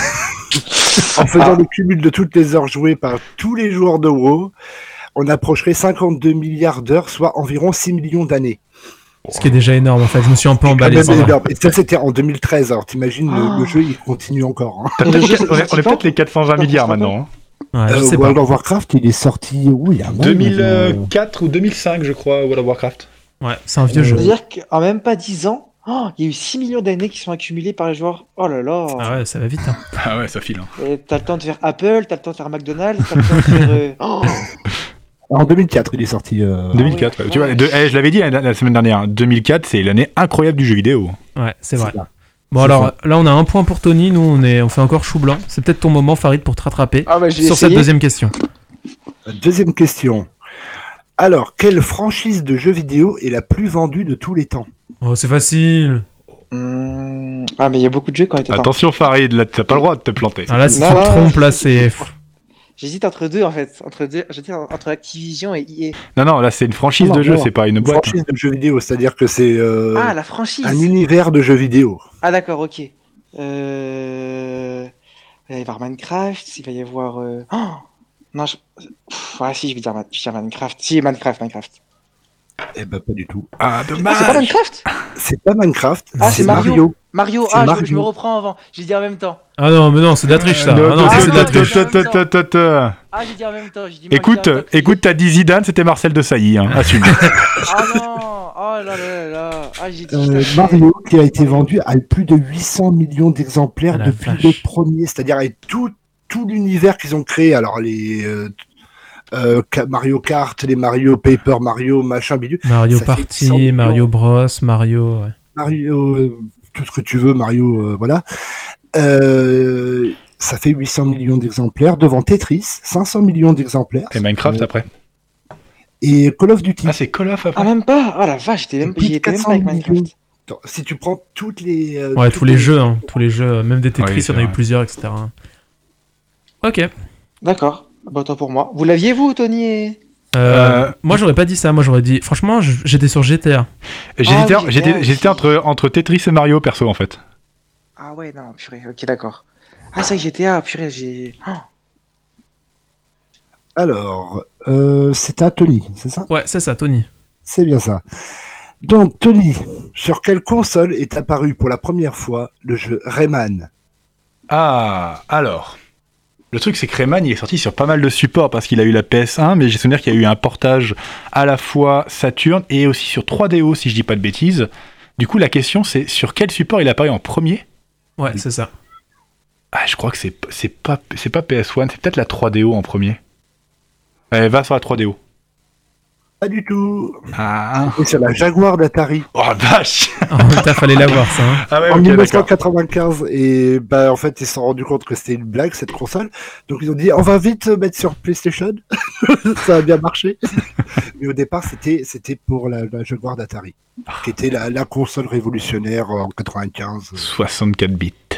En faisant le cumul de toutes les heures jouées par tous les joueurs de WoW, on approcherait cinquante-deux milliards d'heures, soit environ six millions d'années. Ce qui est déjà énorme, en fait. Je me suis un peu emballé. Et ça, c'était en deux mille treize. Alors, t'imagines, oh. le, le jeu, il continue encore. Hein. On est peut-être les quatre cent vingt milliards maintenant. Hein. Ouais, euh, je sais World pas. of Warcraft, il est sorti où il y a deux mille quatre ou deux mille cinq, je crois, World of Warcraft. Ouais, c'est un vieux jeu. C'est-à-dire qu'en même pas dix ans, oh, il y a eu six millions d'années qui sont accumulées par les joueurs. Oh là là. Ah ouais, ça va vite. Hein. Ah ouais, ça file. Hein. Et t'as le temps de faire Apple, t'as le temps de faire McDonald's, t'as le temps de faire... Euh... Oh en deux mille quatre, il est sorti. Euh... deux mille quatre, ouais. Tu vois, de, eh, je l'avais dit la, la semaine dernière, hein, deux mille quatre, c'est l'année incroyable du jeu vidéo. Ouais, c'est vrai. C'est bon, c'est alors ça. là, on a un point pour Tony. Nous, on, est, on fait encore chou blanc. C'est peut-être ton moment, Farid, pour te rattraper ah bah, sur essayé. cette deuxième question. Deuxième question. Alors, quelle franchise de jeux vidéo est la plus vendue de tous les temps? Oh, c'est facile. Mmh... Ah, mais il y a beaucoup de jeux qui ont été. Attention, Farid, là, t'as pas le droit de te planter. Ah, là, si non, tu te non, trompes, là, c'est. J'hésite entre deux en fait, entre deux, je veux dire entre Activision et E A. Non, non, là c'est une franchise non, de jeu, non, c'est pas une une boîte. franchise de jeux vidéo, c'est-à-dire que c'est euh, ah la franchise. un univers de jeux vidéo. Ah d'accord, ok. Euh... Il va y avoir Minecraft, il va y avoir. Euh... Oh non, je... Pff, ah si, je vais dire, je vais dire Minecraft. Si Minecraft, Minecraft. Eh ben pas du tout. Ah dommage. Ah, c'est pas Minecraft. C'est pas Minecraft. Ah c'est Mario. Mario, Mario. ah Mario. Je, je me reprends avant. Je vais dire en même temps. Ah non, mais non, c'est de la triche ça. Euh, ah non, ah, c'est de la triche. Ah j'ai dit en même temps. J'ai dit écoute, Mario, écoute, t'as dit Zidane, c'était Marcel Desailly, hein. Assume. Ah non. Oh là là là. Ah j'ai dit. Euh, Mario qui a été vendu à plus de huit cents millions d'exemplaires ah, depuis vache. le premier, c'est-à-dire avec tout tout l'univers qu'ils ont créé. Alors les euh, euh, Mario Kart, les Mario Paper Mario, machin bidule. Mario Ça fait Party, cent millions. Mario Bros, Mario. Ouais. Mario, euh, tout ce que tu veux, Mario, euh, voilà. Euh, ça fait huit cents millions d'exemplaires devant Tetris, cinq cents millions d'exemplaires. Et Minecraft Euh, après. Et Call of Duty. Ah, c'est Call of après. Ah même pas. Oh la vache, j'étais même, Plus de j'y étais même quatre pas avec cents Minecraft. millions. Attends, si tu prends toutes les. euh, Ouais, toutes tous les jeux, hein. Tous les jeux, même des Tetris, Oui, il c'est y en a eu vrai. plusieurs, et cetera. Ok. D'accord. Bah autant pour moi. Vous l'aviez vous, Tony et... Euh, Euh, moi, j'aurais pas dit ça. Moi, j'aurais dit. Franchement, je- j'étais sur G T A. J'hésitais Ah, oui, j'étais- j'ai- j'hésitais entre, entre Tetris et Mario, perso, en fait. Ah ouais non purée. Ok d'accord. Ah c'est vrai que G T A purée j'ai. Oh. Alors, euh, c'est à Tony, c'est ça? Ouais, c'est ça, Tony. C'est bien ça. Donc, Tony, sur quelle console est apparu pour la première fois le jeu Rayman? Ah, alors. Le truc, c'est que Rayman, il est sorti sur pas mal de supports parce qu'il a eu la P S un, mais j'ai souvenir qu'il y a eu un portage à la fois Saturn et aussi sur trois D O, si je dis pas de bêtises. Du coup, la question, c'est sur quel support il apparaît en premier? Ouais, c'est ça. Ah, je crois que c'est c'est pas, c'est pas P S un, c'est peut-être la trois D O en premier. Allez, va sur la trois D O. Pas du tout. Ah, Et sur la Jaguar d'Atari. oh vache. En même temps, fallait l'avoir, ça. Hein. Ah ouais, En ok, dix-neuf cent d'accord. quatre-vingt-quinze, et bah en fait ils se sont rendus compte que c'était une blague cette console, donc ils ont dit on va vite mettre sur PlayStation, ça a bien marché. Mais au départ c'était c'était pour la, la Jaguar d'Atari, qui était la, la console révolutionnaire en quatre-vingt-quinze. soixante-quatre bits.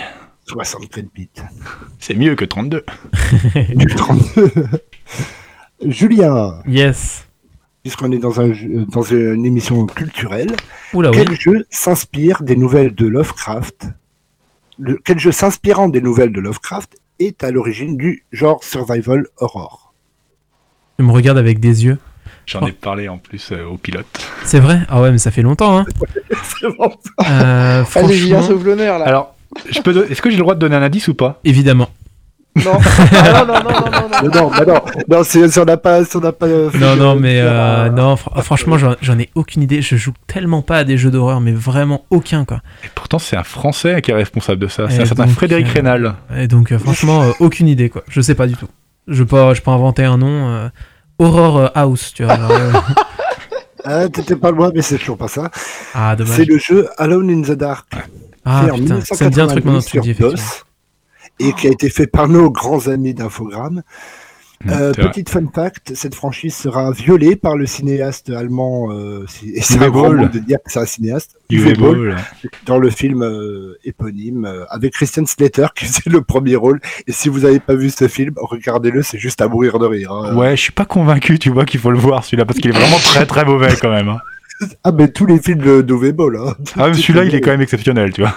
soixante-quatre bits. C'est mieux que trente-deux. trente-deux. Julien. Yes. Puisqu'on est dans, un jeu, dans une émission culturelle, Oula, quel oui. jeu s'inspire des nouvelles de Lovecraft Le, Quel jeu s'inspirant des nouvelles de Lovecraft est à l'origine du genre survival horror? Tu me regardes avec des yeux. J'en ai parlé en plus euh, au pilote. C'est vrai? Ah ouais, mais ça fait longtemps, hein. C'est bon. Euh, Allez, Julien, franchement, sauve l'honneur, là. Alors, je peux don- est-ce que j'ai le droit de donner un indice ou pas? évidemment. Non. Ah, non, non, non, non, non, non. Non, non, bah non, non, c'est- si on n'a pas, si on n'a pas. euh, fait Non, de- non, mais faire euh, un- non, fr- franchement, j'en, j'en ai aucune idée. Je joue tellement pas à des jeux d'horreur, mais vraiment aucun, quoi. Et pourtant, c'est un Français qui est responsable de ça. C'est Et un certain donc, Frédéric euh, Rénal. Et donc, euh, franchement, euh, aucune idée, quoi. Je sais pas du tout. Je peux, pas- je peux inventer un nom. euh, Horror euh, House, tu vois. alors, euh, Ah, t'étais pas loin, mais c'est toujours pas ça. Ah, dommage. C'est le jeu Alone in the Dark. Ah, fait en putain, ça me dit un truc maintenant, mille neuf cent tu me dis, quatre-vingt-douze effectivement. sur DOS, et qui a été fait par nos grands amis d'Infogrames. Mmh, Euh, c'est vrai. petite fun fact, cette franchise sera violée par le cinéaste allemand, euh, si- et c'est Uwe un grand Boll. mot de dire que c'est un cinéaste, Uwe Uwe Boll, Boll. dans le film euh, éponyme, euh, avec Christian Slater qui faisait le premier rôle. Et si vous n'avez pas vu ce film, regardez-le, c'est juste à mourir de rire. hein. Ouais, je suis pas convaincu, tu vois, qu'il faut le voir celui-là, parce qu'il est vraiment très très mauvais quand même. hein. Ah, mais tous les films de- d'Uwe Boll. Hein. Ah, mais celui-là, il est quand même exceptionnel, tu vois.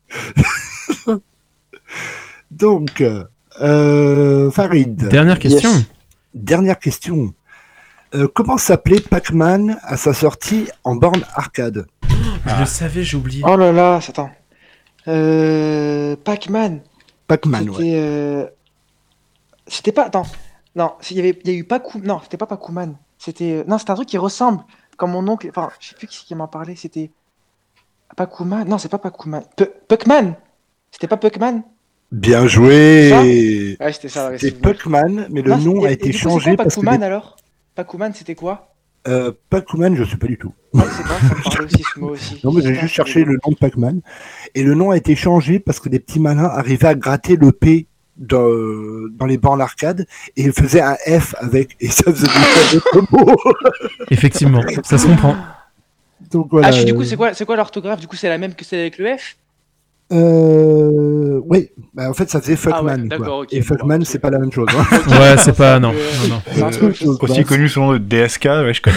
Donc, euh, Farid. Dernière question. Yes. Dernière question. Euh, comment s'appelait Pac-Man à sa sortie en borne arcade? Je le savais, j'ai oublié. Oh là là, attends. Euh... Pac-Man. Pac-Man, C'était. ouais. euh, C'était pas. Attends. Non, il y avait, il y a eu Pac-Man. Non, c'était pas Pac-Man. C'était. euh, Non, c'était un truc qui ressemble. Comme mon oncle. Enfin, je sais plus qui qui m'en parlait. C'était. Pac-Man. Non, c'est pas Pac-Man. Pe- Puckman. C'était pas Puckman. Bien joué. Ouais, c'était ça. ouais, C'était c'est- Pac-Man, mais le Non, nom et- a et été du coup, c'est changé quoi parce que Pac-Man les- alors Pac-Man, c'était quoi euh, Pac-Man, je sais pas du tout. Ouais, c'est pas, ça me parlait aussi ce mot aussi. Non, mais j'ai juste cherché le nom de Pac-Man. Et le nom a été changé parce que des petits malins arrivaient à gratter le P dans, dans les bornes arcade et ils faisaient un F avec. Et ça faisait des combos. Effectivement, ça se comprend. Donc voilà. Ah, je- du coup, c'est quoi, c'est quoi l'orthographe? Du coup, c'est la même que celle avec le F? Euh... Oui, bah, en fait, ça faisait Ah ouais, Fuckman. d'accord, quoi. ok, Et bon, Fuckman, ok. c'est pas la même chose. hein. Ouais, c'est pas. Non, non, non. C'est un truc. chose Aussi basse. connu sous le nom de D S K, ouais, je connais.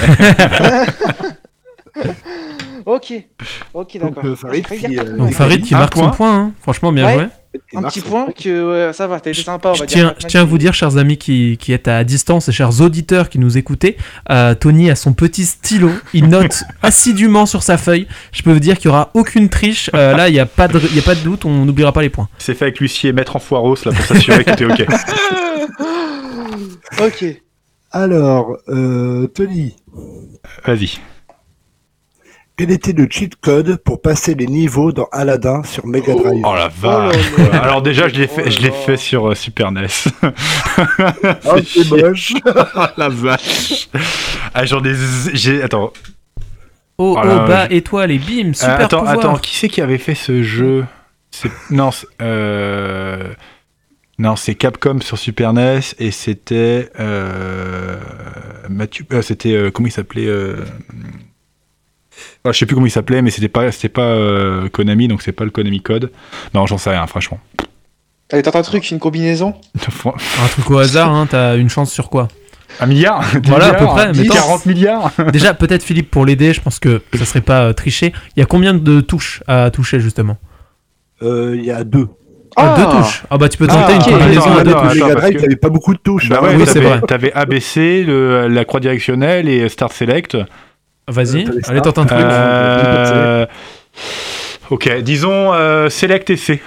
Ok, ok, Donc, d'accord. euh, Farid Très qui, bien. euh, Donc Farid qui Un marque point. son point, hein. Franchement, bien Ouais. joué. Et Un Marc, petit son- point que ouais, ça va, t'as été sympa, on va Je dire. tiens, Pac-Man, je tiens à vous qui- dire, chers amis qui, qui êtes à distance et chers auditeurs qui nous écoutez, euh, Tony a son petit stylo, il note assidûment sur sa feuille. Je peux vous dire qu'il n'y aura aucune triche. Euh, là, il n'y a, pas de- il y a pas de doute, on n'oubliera pas les points. C'est fait avec l'huissier Maître en Foiros, là, pour s'assurer que t'es OK. Ok. Alors, euh, Tony, Vas-y. quel était le cheat code pour passer les niveaux dans Aladdin sur Mega Drive? Oh la Oh là vache. là. quoi. Alors déjà, je l'ai Oh fait, là je l'ai là. fait sur euh, Super N E S. Oh, c'est moche. la vache. Ah, j'en ai... j'ai... Attends. Oh, Oh là, oh, bas, je- étoile et bim, Euh, super attends, pouvoir. attends, qui c'est qui avait fait ce jeu? C'est... Non, c'est... Euh... Non, c'est Capcom sur Super N E S et c'était... Euh... Mathieu... euh, c'était... euh, comment il s'appelait euh... ah, je sais plus comment il s'appelait, mais c'était pas, c'était pas euh, Konami, donc c'est pas le Konami Code. Non, j'en sais rien, franchement. Allez, tente un truc, une combinaison. Un truc au hasard, hein, t'as une chance sur quoi? Un milliard? Voilà, à peu milliards, près. Mais attends, quarante milliards. déjà, peut-être Philippe, pour l'aider, je pense que ça serait pas euh, tricher. Il y a combien de touches à toucher, justement? Euh, Il y a deux. Ah, Ah. deux touches. Ah bah tu peux tenter Ah, une ok. combinaison Attends, à deux attends, touches. Mega parce Drive, que- il n'y avait pas beaucoup de touches. Bah hein. ouais, oui, t'avais, c'est vrai. t'avais A B C, le, la croix directionnelle et Start Select. Vas-y, Euh, t'as les allez, stars. tente un truc. Euh... Ok, disons euh, Select et C.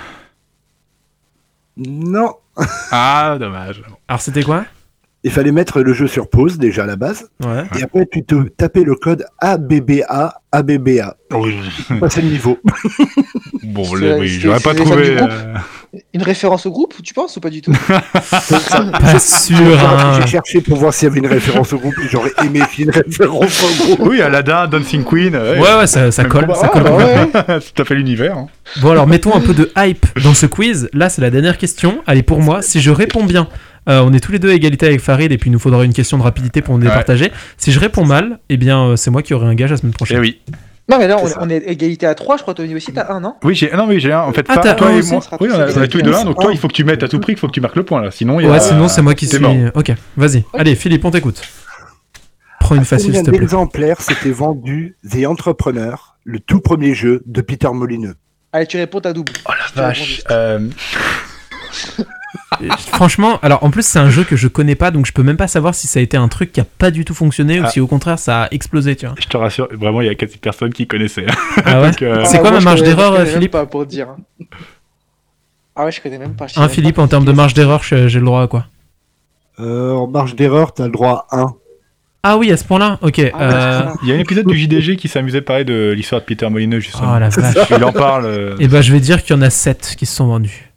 Non. Ah, dommage. Alors c'était quoi? Il fallait mettre le jeu sur pause, déjà à la base. Ouais. Et après, tu te tapais le code A B B A, A B B A. Oui. Passer le niveau. Bon, C'est- le- oui, c'est- j'aurais c'est pas les fans trouvé. du groupe euh, Une référence au groupe, tu penses, ou pas du tout? Pas sûr, hein. J'ai cherché pour voir s'il y avait une référence au groupe. J'aurais aimé qu'il y ait une référence au groupe. Oui, Aladdin, Dancing Queen. Ouais, ouais, ça, ça Même colle, combat. ça colle. Ah, bah ouais. C'est tout à fait l'univers. hein. Bon alors mettons un peu de hype dans ce quiz. Là c'est la dernière question. Allez pour moi, si je réponds bien, euh, on est tous les deux à égalité avec Farid et puis il nous faudra une question de rapidité pour nous Ouais. départager. Si je réponds mal, eh bien euh, c'est moi qui aurai un gage la semaine prochaine. Eh oui. Non, mais là, on, on est égalité à trois, je crois, Tony aussi, t'as un, non? Oui, j'ai non, oui, j'ai un. En fait, Ah, pas, t'as toi un et aussi. moi. Oui, on a, on a tous les deux un. Donc toi, il faut que tu mettes à tout prix, il faut que tu marques le point là. Sinon, il y a. Ouais, sinon c'est moi qui c'est suis. mort. Ok, vas-y. Allez, Philippe, on t'écoute. Prends une facile, Combien s'il te plaît. d'exemplaires s'était vendu The Entrepreneur, le tout premier jeu de Peter Molineux? Allez, tu réponds, t'as double. Oh la vache. Euh... Franchement, alors en plus c'est un jeu que je connais pas, donc je peux même pas savoir si ça a été un truc qui a pas du tout fonctionné ou Ah. si au contraire ça a explosé, tu vois. Je te rassure, vraiment, il y a quasi personne qui connaissait. Ah ouais. Donc, euh, C'est quoi moi, ma je marge connais- d'erreur, je connais même Philippe pas pour te dire. hein. Ah ouais, je connais même pas. je sais Un même Philippe pas en termes de pour marge te dire. d'erreur, j'ai j'ai le droit à quoi? Euh, en marge d'erreur, t'as le droit à un. Ah oui, à ce point-là. Ok. Ah, ouais, euh... c'est ça. Il y a un épisode du J D G qui s'amusait à parler de l'histoire de Peter Molineux, justement. Oh la vache. Il en parle. euh, Et ben je vais dire qu'il y en a sept qui se sont vendus.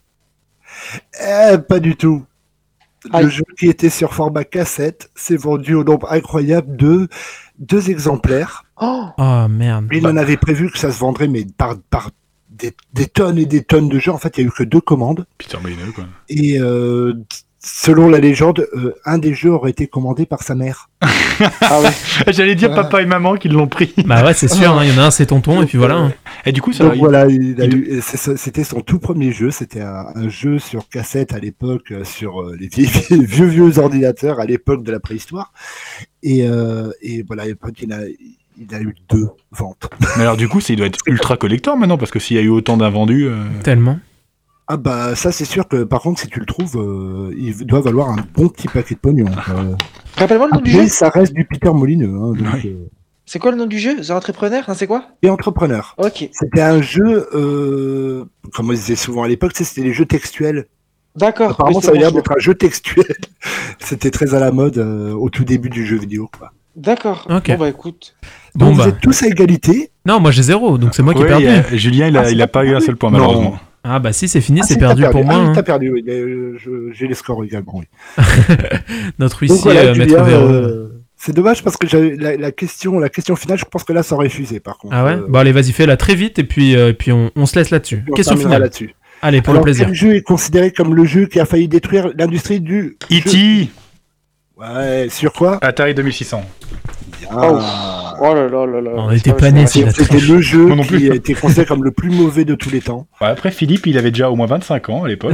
Eh, pas du tout. Le Aïe. jeu qui était sur format cassette s'est vendu au nombre incroyable de deux exemplaires. Oh, Oh merde. Il en avait prévu que ça se vendrait, mais par, par des, des tonnes et des tonnes de jeux. En fait, il n'y a eu que deux commandes. Peter Molineux, quoi. Et euh, selon la légende, euh, un des jeux aurait été commandé par sa mère. ah ouais. J'allais dire papa et maman qui l'ont pris. Bah ouais, c'est sûr, hein, il y en a un, c'est tonton, et puis voilà. hein. Et du coup, ça Donc il- voilà, il a il- eu- c'est ça- c'était son tout premier jeu. C'était un, un jeu sur cassette à l'époque, euh, sur euh, les vieux, vieux vieux ordinateurs à l'époque de la préhistoire. Et, euh, et voilà, et après, il a, il a eu deux ventes. Mais alors, du coup, c'est- il doit être ultra collector maintenant, parce que s'il y a eu autant d'invendus. euh, Tellement. Ah bah ça c'est sûr que par contre si tu le trouves, euh, il doit valoir un bon petit paquet de pognon. Euh, Rappelle-moi le nom du après, jeu. ça reste du Peter Molineux. Hein, donc, Ouais. euh, C'est quoi le nom du jeu? The Entrepreneur? Non, c'est quoi? et entrepreneur. Ok. C'était un jeu, euh, comme on disait souvent à l'époque, tu sais, c'était les jeux textuels. D'accord. Apparemment Oui, ça avait c'est l'air bon, d'être un jeu textuel. C'était très à la mode euh, au tout début du jeu vidéo. Quoi. D'accord. Ok. Bon bah écoute. Bon Donc bah. vous êtes tous à égalité. Non, moi j'ai zéro, donc c'est moi qui ai ouais, perdu. il y a- Julien, il a, Ah, c'est il a pas pas eu un perdu. seul point, Non. malheureusement. Ah bah si, c'est fini, Ah, c'est si, perdu t'as pour moi. Ah, oui, hein. t'as perdu, oui. Euh, je- J'ai les scores également, oui. Notre Donc huissier, voilà, euh, maître Julien, Véreux. euh, c'est dommage parce que j'avais la, la question, la question finale, je pense que là ça aurait fusé par contre. Ah ouais. Euh, Bon allez, vas-y, fais-la très vite et puis euh, et puis on, on se laisse là-dessus. on Question terminera finale. là-dessus. Allez, pour Alors, le plaisir. quel jeu est considéré comme le jeu qui a failli détruire l'industrie du E jeu T Ouais, sur quoi Atari deux mille six cents. Oh. Oh là là là là. On C'est était pas- pas nés, c'est- c'est la C'était triche. le jeu Moi non qui plus. a été considéré comme le plus mauvais de tous les temps. Ouais, après, Philippe, il avait déjà au moins vingt-cinq ans à l'époque.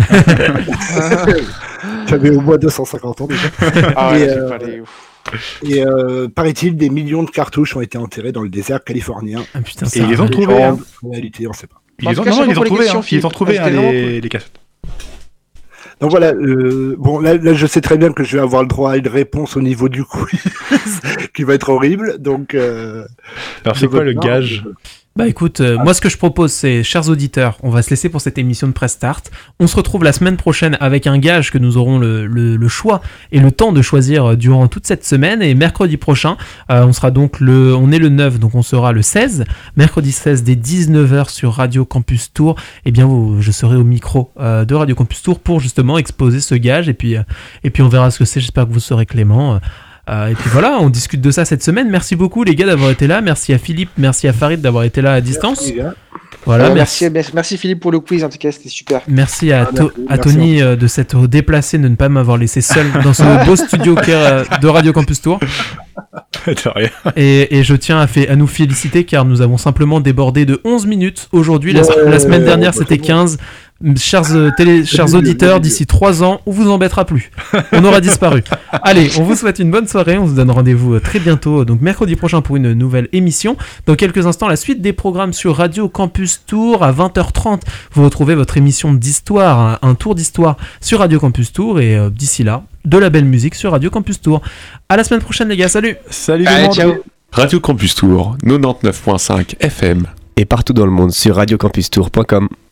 J'avais au moins deux cent cinquante ans déjà. Ah ouais, Et, j'ai euh, pas les- Et euh, paraît-il, des millions de cartouches ont été enterrés dans le désert californien. Ah putain, Et ça. ils les ont Les trouvés. gens, Hein. En réalité, on sait pas. Ils En les tout ont, cas, non, chapeau ils les ont pour les trouvés, questions, hein. Ils les ont Philippe. trouvés, hein, C'était vraiment les, cool. les cassettes. Donc voilà, euh, bon là, là je sais très bien que je vais avoir le droit à une réponse au niveau du quiz qui va être horrible, donc... Euh, Alors, c'est de quoi votre le part, gage je- Bah écoute, euh, moi ce que je propose c'est, chers auditeurs, on va se laisser pour cette émission de Press Start. On se retrouve la semaine prochaine avec un gage que nous aurons le, le, le choix et le temps de choisir euh, durant toute cette semaine. Et mercredi prochain, euh, on sera donc le, on est le neuf, donc on sera le seize. Mercredi seize dès dix-neuf heures sur Radio Campus Tour. Et bien vous, je serai au micro euh, de Radio Campus Tour pour justement exposer ce gage. Et puis, euh, et puis on verra ce que c'est. J'espère que vous serez clément. Euh, et puis voilà, on discute de ça cette semaine. Merci beaucoup les gars d'avoir été là. Merci à Philippe, merci à Farid d'avoir été là à distance. Merci, gars. Voilà, Euh, merci. merci, merci Philippe pour le quiz, en tout cas c'était super. Merci à, Ah, To- merci, à merci, Tony euh, de s'être déplacé, de ne pas m'avoir laissé seul dans ce beau studio qu'est, euh, de Radio Campus Tour. T'as rien. Et, et je tiens à, fait, à nous féliciter car nous avons simplement débordé de onze minutes aujourd'hui. La, Ouais, la semaine ouais, dernière ouais, c'était c'est bon. quinze. Chers, euh, télé, chers mieux, auditeurs, c'est d'ici trois ans, on vous embêtera plus. On aura disparu. Allez, on vous souhaite une bonne soirée. On se donne rendez-vous euh, très bientôt, donc mercredi prochain pour une nouvelle émission. Dans quelques instants, la suite des programmes sur Radio Campus Tour à vingt heures trente. Vous retrouvez votre émission d'histoire, un, un tour d'histoire sur Radio Campus Tour. Et euh, d'ici là, de la belle musique sur Radio Campus Tour. À la semaine prochaine, les gars. Salut. Salut tout Allez, le monde. ciao. Radio Campus Tour, quatre-vingt-dix-neuf virgule cinq F M. Et partout dans le monde sur radio campus tour point com.